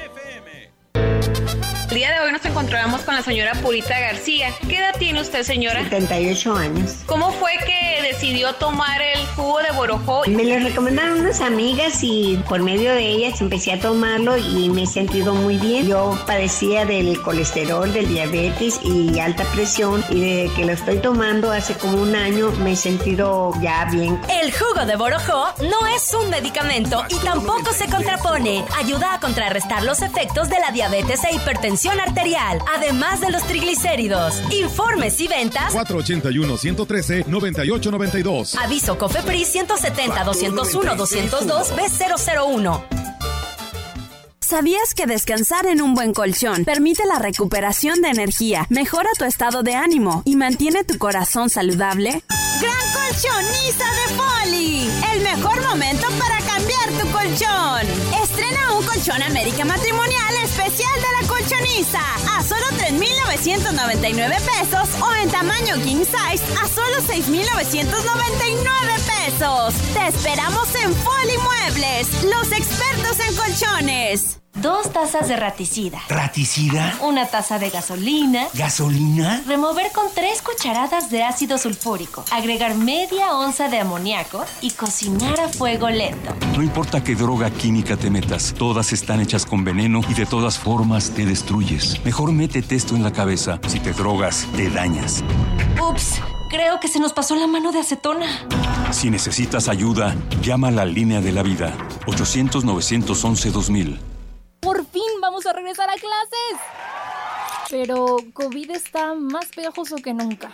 El día de hoy nos encontramos con la señora Purita García. ¿Qué edad tiene usted, señora? setenta y ocho años. ¿Cómo fue que decidió tomar el jugo de borojó? Me lo recomendaron unas amigas y por medio de ellas empecé a tomarlo y me he sentido muy bien. Yo padecía del colesterol, del diabetes y alta presión, y desde que lo estoy tomando hace como un año me he sentido ya bien. El jugo de borojó no es un medicamento y tampoco se contrapone. Ayuda a contrarrestar los efectos de la diabetes e hipertensión arterial, además de los triglicéridos. Informes y ventas cuatro ocho uno, uno uno tres, nueve ocho nueve dos. Aviso COFEPRIS ciento setenta, doscientos uno, doscientos dos, B cero cero uno. ¿Sabías que descansar en un buen colchón permite la recuperación de energía, mejora tu estado de ánimo y mantiene tu corazón saludable? ¡Gran Colchoniza de Foli! El mejor momento para cambiar tu colchón. Estrena un colchón América Matrimonial especial de la Colchoniza a solo tres mil novecientos noventa y nueve pesos o en tamaño king size a solo seis mil novecientos noventa y nueve pesos. Te esperamos en Foli Muebles, los expertos en colchones. Dos tazas de raticida. ¿Raticida? Una taza de gasolina. ¿Gasolina? Remover con tres cucharadas de ácido sulfúrico. Agregar media onza de amoníaco y cocinar a fuego lento. No importa qué droga química te metas, todas están hechas con veneno y de todas formas te destruyes. Mejor métete esto en la cabeza. Si te drogas, te dañas. Ups, creo que se nos pasó la mano de acetona. Si necesitas ayuda, llama a la línea de la vida. ochocientos, novecientos once, dos mil. Por fin vamos a regresar a clases. Pero COVID está más pegajoso que nunca.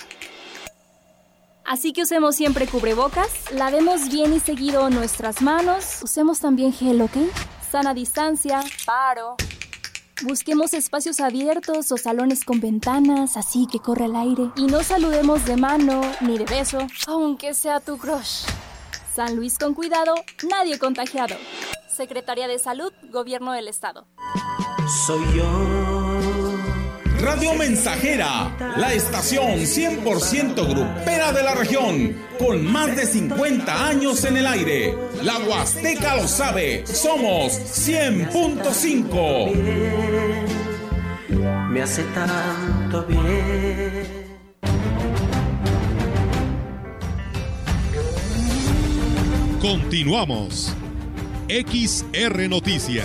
Así que usemos siempre cubrebocas, lavemos bien y seguido nuestras manos, usemos también gel, ¿ok? Sana distancia, paro. Busquemos espacios abiertos o salones con ventanas, así que corre el aire. Y no saludemos de mano ni de beso, aunque sea tu crush. San Luis con cuidado, nadie contagiado. Secretaría de Salud, Gobierno del Estado. Soy yo. Radio Mensajera, la estación cien por ciento grupera de la región, con más de cincuenta años en el aire. La Huasteca lo sabe, somos cien punto cinco. Me hace tanto bien. Continuamos. X R Noticias.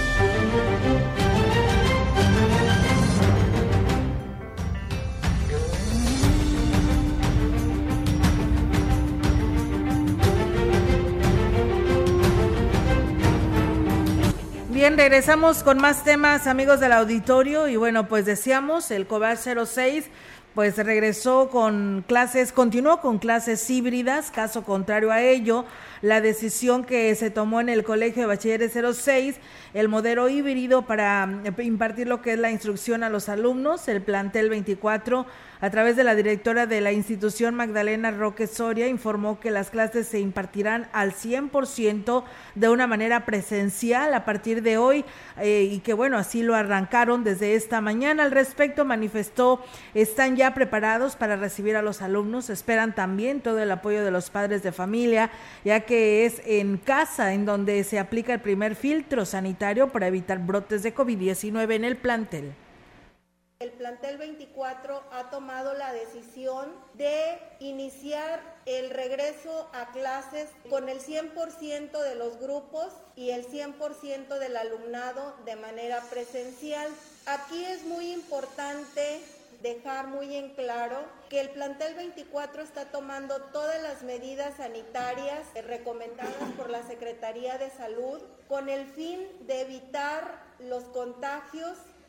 Bien, regresamos con más temas, amigos del auditorio, y bueno, pues decíamos, el COBAR cero seis pues regresó con clases, continuó con clases híbridas. Caso contrario a ello, la decisión que se tomó en el Colegio de Bachilleres cero seis, el modelo híbrido para impartir lo que es la instrucción a los alumnos, el plantel veinticuatro, a través de la directora de la institución, Magdalena Roque Soria, informó que las clases se impartirán al cien por ciento de una manera presencial a partir de hoy, eh, y que bueno, así lo arrancaron desde esta mañana. Al respecto manifestó, están ya preparados para recibir a los alumnos, esperan también todo el apoyo de los padres de familia, ya que es en casa en donde se aplica el primer filtro sanitario para evitar brotes de COVID diecinueve en el plantel. El plantel veinticuatro ha tomado la decisión de iniciar el regreso a clases con el cien por ciento de los grupos y el cien por ciento del alumnado de manera presencial. Aquí es muy importante dejar muy en claro que el plantel veinticuatro está tomando todas las medidas sanitarias recomendadas por la Secretaría de Salud con el fin de evitar los contagios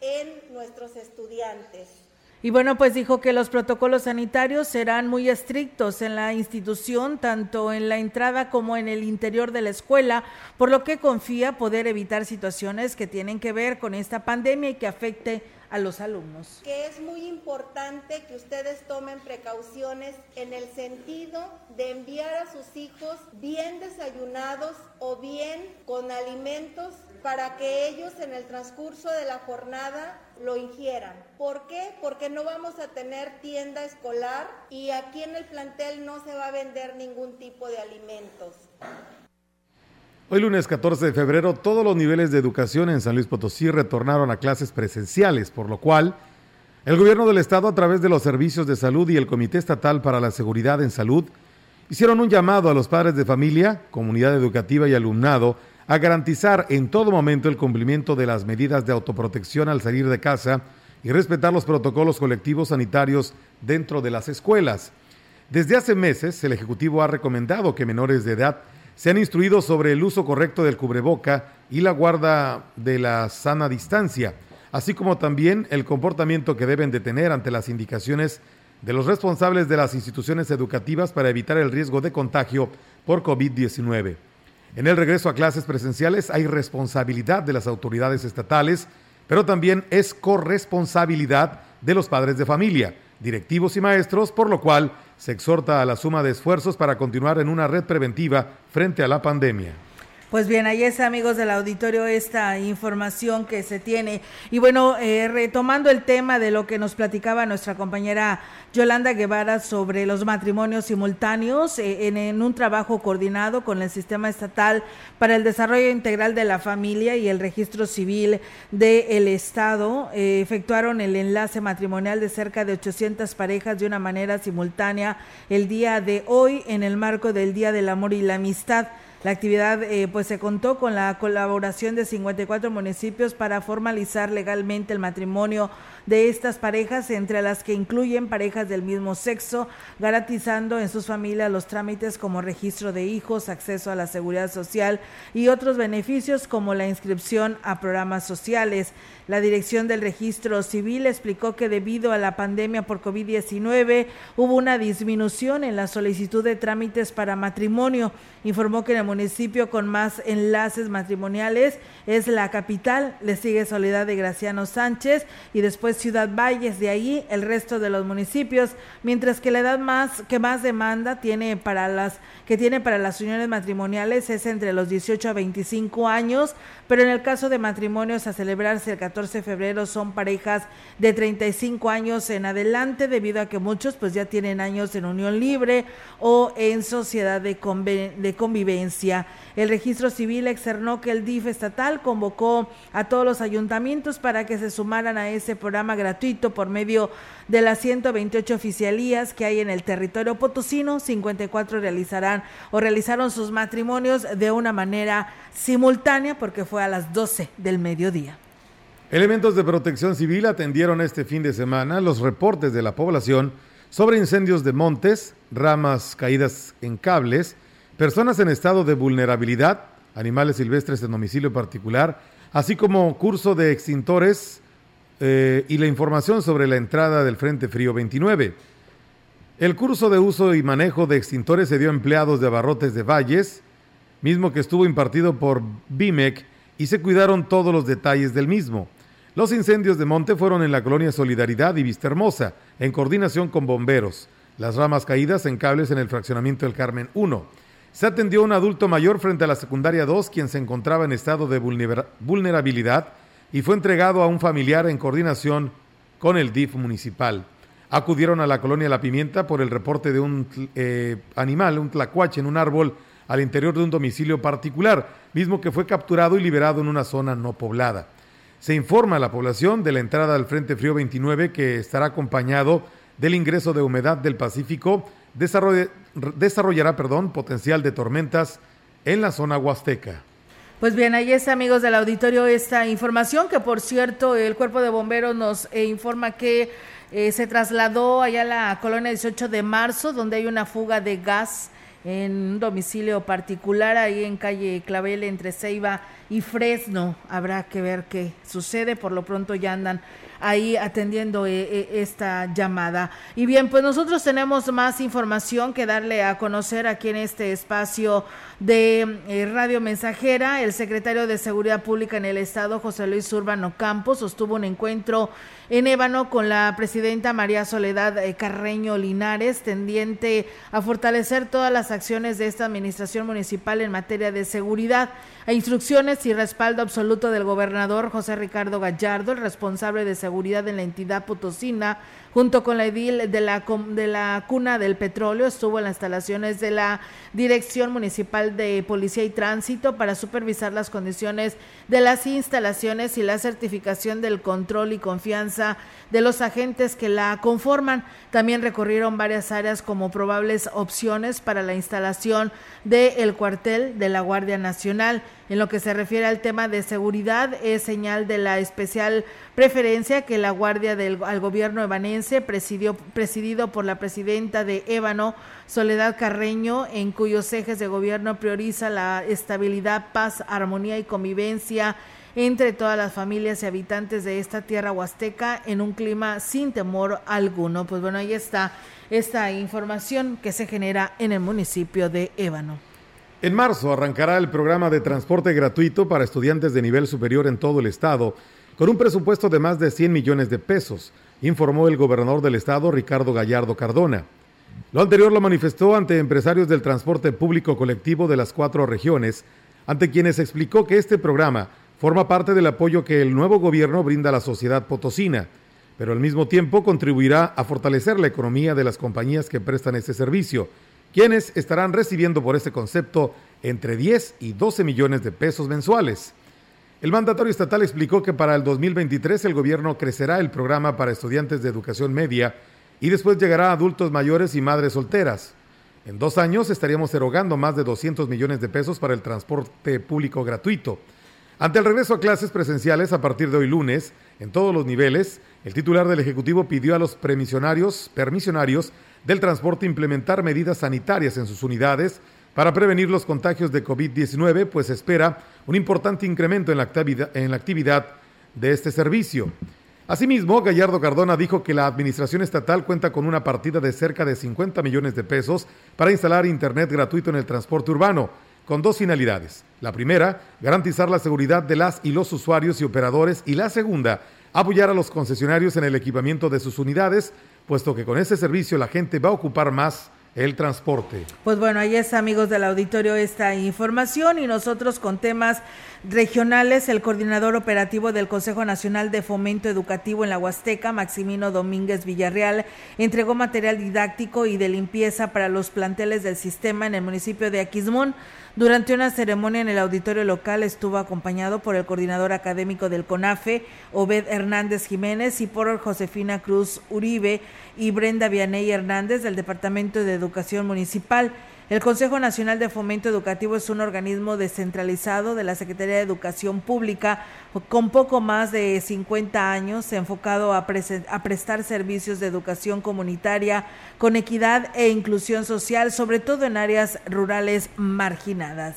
en nuestros estudiantes. Y bueno, pues dijo que los protocolos sanitarios serán muy estrictos en la institución, tanto en la entrada como en el interior de la escuela, por lo que confía poder evitar situaciones que tienen que ver con esta pandemia y que afecte a los alumnos. Que es muy importante que ustedes tomen precauciones en el sentido de enviar a sus hijos bien desayunados o bien con alimentos para que ellos en el transcurso de la jornada lo ingieran. ¿Por qué? Porque no vamos a tener tienda escolar y aquí en el plantel no se va a vender ningún tipo de alimentos. Hoy lunes catorce de febrero, todos los niveles de educación en San Luis Potosí retornaron a clases presenciales, por lo cual el gobierno del estado, a través de los servicios de salud y el Comité Estatal para la Seguridad en Salud, hicieron un llamado a los padres de familia, comunidad educativa y alumnado a garantizar en todo momento el cumplimiento de las medidas de autoprotección al salir de casa y respetar los protocolos colectivos sanitarios dentro de las escuelas. Desde hace meses, el Ejecutivo ha recomendado que menores de edad sean instruidos sobre el uso correcto del cubreboca y la guarda de la sana distancia, así como también el comportamiento que deben de tener ante las indicaciones de los responsables de las instituciones educativas para evitar el riesgo de contagio por COVID diecinueve. En el regreso a clases presenciales hay responsabilidad de las autoridades estatales, pero también es corresponsabilidad de los padres de familia, directivos y maestros, por lo cual se exhorta a la suma de esfuerzos para continuar en una red preventiva frente a la pandemia. Pues bien, ahí es, amigos del auditorio, esta información que se tiene. Y bueno, eh, retomando el tema de lo que nos platicaba nuestra compañera Yolanda Guevara sobre los matrimonios simultáneos, eh, en, en un trabajo coordinado con el Sistema Estatal para el Desarrollo Integral de la Familia y el Registro Civil del Estado, eh, efectuaron el enlace matrimonial de cerca de ochocientas parejas de una manera simultánea el día de hoy en el marco del Día del Amor y la Amistad. La actividad eh, pues se contó con la colaboración de cincuenta y cuatro municipios para formalizar legalmente el matrimonio de estas parejas, entre las que incluyen parejas del mismo sexo, garantizando en sus familias los trámites como registro de hijos, acceso a la seguridad social y otros beneficios como la inscripción a programas sociales. La Dirección del Registro Civil explicó que debido a la pandemia por COVID diecinueve hubo una disminución en la solicitud de trámites para matrimonio. Informó que en el municipio con más enlaces matrimoniales es la capital, le sigue Soledad de Graciano Sánchez y después Ciudad Valles, de ahí el resto de los municipios, mientras que la edad más que más demanda tiene para las que tiene para las uniones matrimoniales es entre los dieciocho a veinticinco años, pero en el caso de matrimonios a celebrarse el catorce de febrero son parejas de treinta y cinco años en adelante, debido a que muchos pues ya tienen años en unión libre o en sociedad de, conven- de convivencia. El Registro Civil externó que el D I F estatal convocó a todos los ayuntamientos para que se sumaran a ese programa gratuito por medio de las ciento veintiocho oficialías que hay en el territorio potosino. cincuenta y cuatro realizarán o realizaron sus matrimonios de una manera simultánea porque fue a las doce del mediodía. Elementos de Protección Civil atendieron este fin de semana los reportes de la población sobre incendios de montes, ramas caídas en cables, personas en estado de vulnerabilidad, animales silvestres en domicilio particular, así como curso de extintores eh, y la información sobre la entrada del Frente Frío veintinueve. El curso de uso y manejo de extintores se dio a empleados de abarrotes de Valles, mismo que estuvo impartido por B I M E C, y se cuidaron todos los detalles del mismo. Los incendios de monte fueron en la colonia Solidaridad y Vista Hermosa, en coordinación con bomberos. Las ramas caídas en cables en el fraccionamiento del Carmen uno. Se atendió a un adulto mayor frente a la secundaria dos, quien se encontraba en estado de vulnerabilidad y fue entregado a un familiar en coordinación con el D I F municipal. Acudieron a la colonia La Pimienta por el reporte de un eh, animal, un tlacuache en un árbol al interior de un domicilio particular, mismo que fue capturado y liberado en una zona no poblada. Se informa a la población de la entrada al Frente Frío veintinueve, que estará acompañado del ingreso de humedad del Pacífico, desarroll- desarrollará perdón, potencial de tormentas en la zona huasteca. Pues bien, ahí está, amigos del auditorio, esta información que, por cierto, el Cuerpo de Bomberos nos eh, informa que eh, se trasladó allá a la colonia dieciocho de marzo, donde hay una fuga de gas en un domicilio particular, ahí en calle Clavel, entre Ceiba y Fresno. Habrá que ver qué sucede. Por lo pronto ya andan ahí atendiendo eh, eh, esta llamada. Y bien, pues nosotros tenemos más información que darle a conocer aquí en este espacio de eh, Radio Mensajera. El secretario de Seguridad Pública en el estado, José Luis Urbano Campos, sostuvo un encuentro en Ébano con la presidenta María Soledad eh, Carreño Linares, tendiente a fortalecer todas las acciones de esta administración municipal en materia de seguridad, a instrucciones y respaldo absoluto del gobernador José Ricardo Gallardo, el responsable de seguridad en la entidad potosina, junto con la edil de la, de la Cuna del Petróleo. Estuvo en las instalaciones de la Dirección Municipal de Policía y Tránsito para supervisar las condiciones de las instalaciones y la certificación del control y confianza de los agentes que la conforman. También recorrieron varias áreas como probables opciones para la instalación del cuartel de la Guardia Nacional. En lo que se refiere al tema de seguridad, es señal de la especial preferencia que la Guardia del al gobierno ebanense, presidió, presidido por la presidenta de Ébano, Soledad Carreño, en cuyos ejes de gobierno prioriza la estabilidad, paz, armonía y convivencia entre todas las familias y habitantes de esta tierra huasteca en un clima sin temor alguno. Pues bueno, ahí está esta información que se genera en el municipio de Ébano. En marzo arrancará el programa de transporte gratuito para estudiantes de nivel superior en todo el estado, con un presupuesto de más de cien millones de pesos, informó el gobernador del estado, Ricardo Gallardo Cardona. Lo anterior lo manifestó ante empresarios del transporte público colectivo de las cuatro regiones, ante quienes explicó que este programa forma parte del apoyo que el nuevo gobierno brinda a la sociedad potosina, pero al mismo tiempo contribuirá a fortalecer la economía de las compañías que prestan este servicio, quienes estarán recibiendo por este concepto entre diez y doce millones de pesos mensuales. El mandatario estatal explicó que para el dos mil veintitrés el gobierno crecerá el programa para estudiantes de educación media y después llegará a adultos mayores y madres solteras. En dos años estaríamos erogando más de doscientos millones de pesos para el transporte público gratuito. Ante el regreso a clases presenciales a partir de hoy lunes, en todos los niveles, el titular del Ejecutivo pidió a los permisionarios, permisionarios del transporte implementar medidas sanitarias en sus unidades para prevenir los contagios de covid diecinueve, pues espera un importante incremento en la actividad, en la actividad de este servicio. Asimismo, Gallardo Cardona dijo que la administración estatal cuenta con una partida de cerca de cincuenta millones de pesos para instalar internet gratuito en el transporte urbano, con dos finalidades. La primera, garantizar la seguridad de las y los usuarios y operadores, y la segunda, apoyar a los concesionarios en el equipamiento de sus unidades, puesto que con ese servicio la gente va a ocupar más el transporte. Pues bueno, ahí es, amigos del auditorio, esta información, y nosotros con temas regionales. El coordinador operativo del Consejo Nacional de Fomento Educativo en la Huasteca, Maximino Domínguez Villarreal, entregó material didáctico y de limpieza para los planteles del sistema en el municipio de Aquismón. Durante una ceremonia en el auditorio local estuvo acompañado por el coordinador académico del CONAFE, Obed Hernández Jiménez, y por Josefina Cruz Uribe y Brenda Vianey Hernández del Departamento de Educación Municipal. El Consejo Nacional de Fomento Educativo es un organismo descentralizado de la Secretaría de Educación Pública con poco más de cincuenta años, enfocado a, pre- a prestar servicios de educación comunitaria con equidad e inclusión social, sobre todo en áreas rurales marginadas.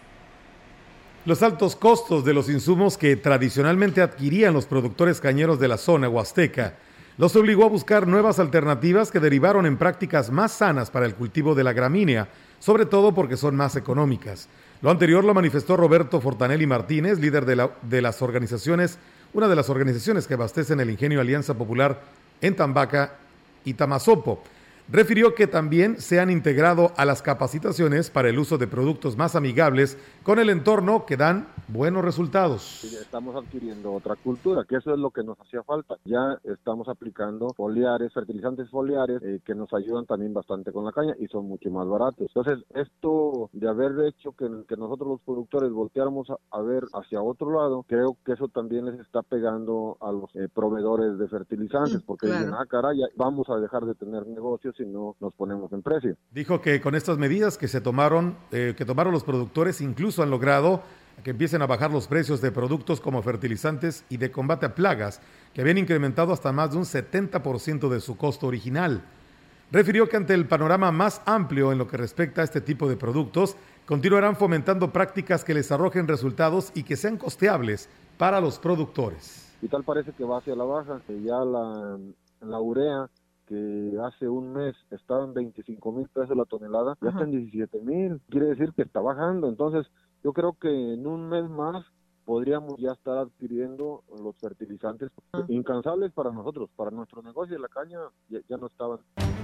Los altos costos de los insumos que tradicionalmente adquirían los productores cañeros de la zona huasteca los obligó a buscar nuevas alternativas que derivaron en prácticas más sanas para el cultivo de la gramínea, sobre todo porque son más económicas. Lo anterior lo manifestó Roberto Fortanelli Martínez, líder de, la, de las organizaciones, una de las organizaciones que abastecen el Ingenio Alianza Popular en Tambaca y Tamazopo. Refirió que también se han integrado a las capacitaciones para el uso de productos más amigables con el entorno que dan buenos resultados. Estamos adquiriendo otra cultura, que eso es lo que nos hacía falta. Ya estamos aplicando foliares, fertilizantes foliares, eh, que nos ayudan también bastante con la caña y son mucho más baratos. Entonces, esto de haber hecho que, que nosotros los productores volteáramos a, a ver hacia otro lado, creo que eso también les está pegando a los eh, proveedores de fertilizantes, porque claro, dicen, ah, caray, vamos a dejar de tener negocios si no nos ponemos en precio. Dijo que con estas medidas que se tomaron, eh, que tomaron los productores, incluso han logrado que empiecen a bajar los precios de productos como fertilizantes y de combate a plagas, que habían incrementado hasta más de un setenta por ciento de su costo original. Refirió que ante el panorama más amplio en lo que respecta a este tipo de productos, continuarán fomentando prácticas que les arrojen resultados y que sean costeables para los productores. Y tal parece que va hacia la baja, que ya la, la urea, que hace un mes estaba en veinticinco mil pesos la tonelada, ya está en diecisiete mil, quiere decir que está bajando. Entonces yo creo que en un mes más podríamos ya estar adquiriendo los fertilizantes incansables para nosotros, para nuestro negocio de la caña, ya, ya no estaban.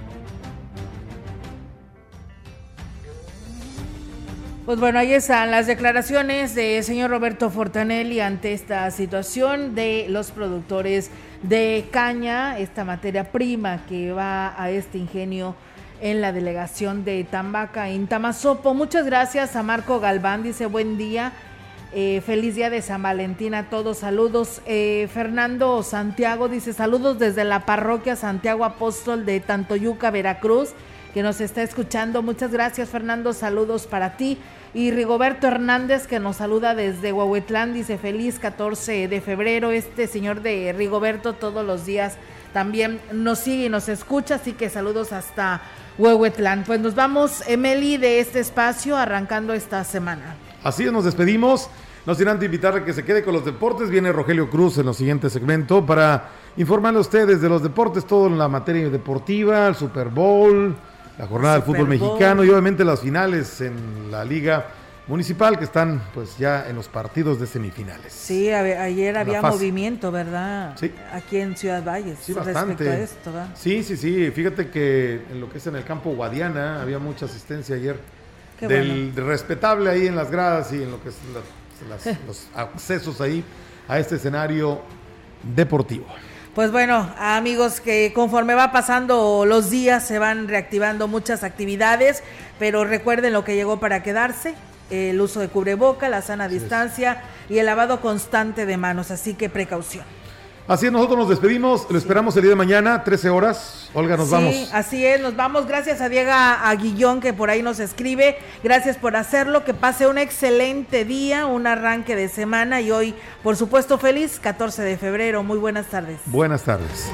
Pues bueno, ahí están las declaraciones del señor Roberto Fortanelli ante esta situación de los productores de caña, esta materia prima que va a este ingenio en la delegación de Tambaca, en Tamazopo. Muchas gracias a Marco Galván, dice buen día, eh, feliz día de San Valentín a todos, saludos. eh, Fernando Santiago dice saludos desde la parroquia Santiago Apóstol de Tantoyuca, Veracruz, que nos está escuchando. Muchas gracias, Fernando, saludos para ti. Y Rigoberto Hernández, que nos saluda desde Huehuetlán, dice feliz catorce de febrero. Este señor de Rigoberto todos los días también nos sigue y nos escucha, así que saludos hasta Huehuetlán. Pues nos vamos, Emily, de este espacio arrancando esta semana. Así es, nos despedimos. No sin antes invitarle a que se quede con los deportes. Viene Rogelio Cruz en los siguientes segmentos para informarle a ustedes de los deportes, todo en la materia deportiva, el Super Bowl, la jornada del fútbol mexicano y obviamente las finales en la Liga Municipal que están pues ya en los partidos de semifinales. Sí, a, ayer había movimiento, ¿verdad? Sí. Aquí en Ciudad Valles. Sí, bastante. Respecto a esto, ¿verdad? Sí, sí, sí. Fíjate que en lo que es en el campo Guadiana había mucha asistencia ayer. Qué del bueno. Respetable ahí en las gradas y en lo que es la, las, los accesos ahí a este escenario deportivo. Pues bueno, amigos, que conforme va pasando los días se van reactivando muchas actividades, pero recuerden lo que llegó para quedarse, el uso de cubreboca, la sana distancia y el lavado constante de manos, así que precaución. Así es, nosotros nos despedimos, lo esperamos el día de mañana, trece horas. Olga, nos sí, vamos. Sí, así es, nos vamos. Gracias a Diego Aguillón, que por ahí nos escribe. Gracias por hacerlo, que pase un excelente día, un arranque de semana y hoy, por supuesto, feliz catorce de febrero. Muy buenas tardes. Buenas tardes.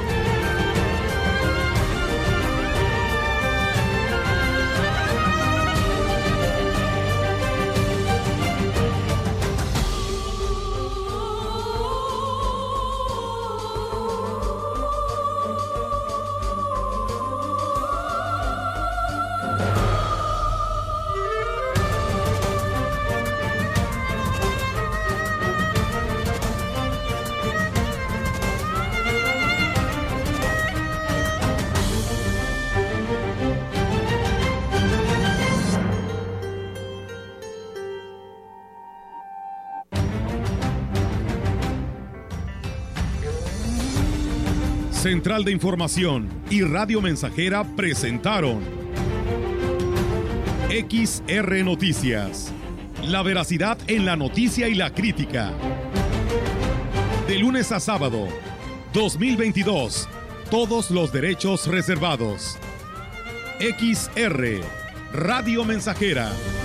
Central de Información y Radio Mensajera presentaron X R Noticias. La veracidad en la noticia y la crítica. De lunes a sábado, dos mil veintidós. Todos los derechos reservados. X R, Radio Mensajera.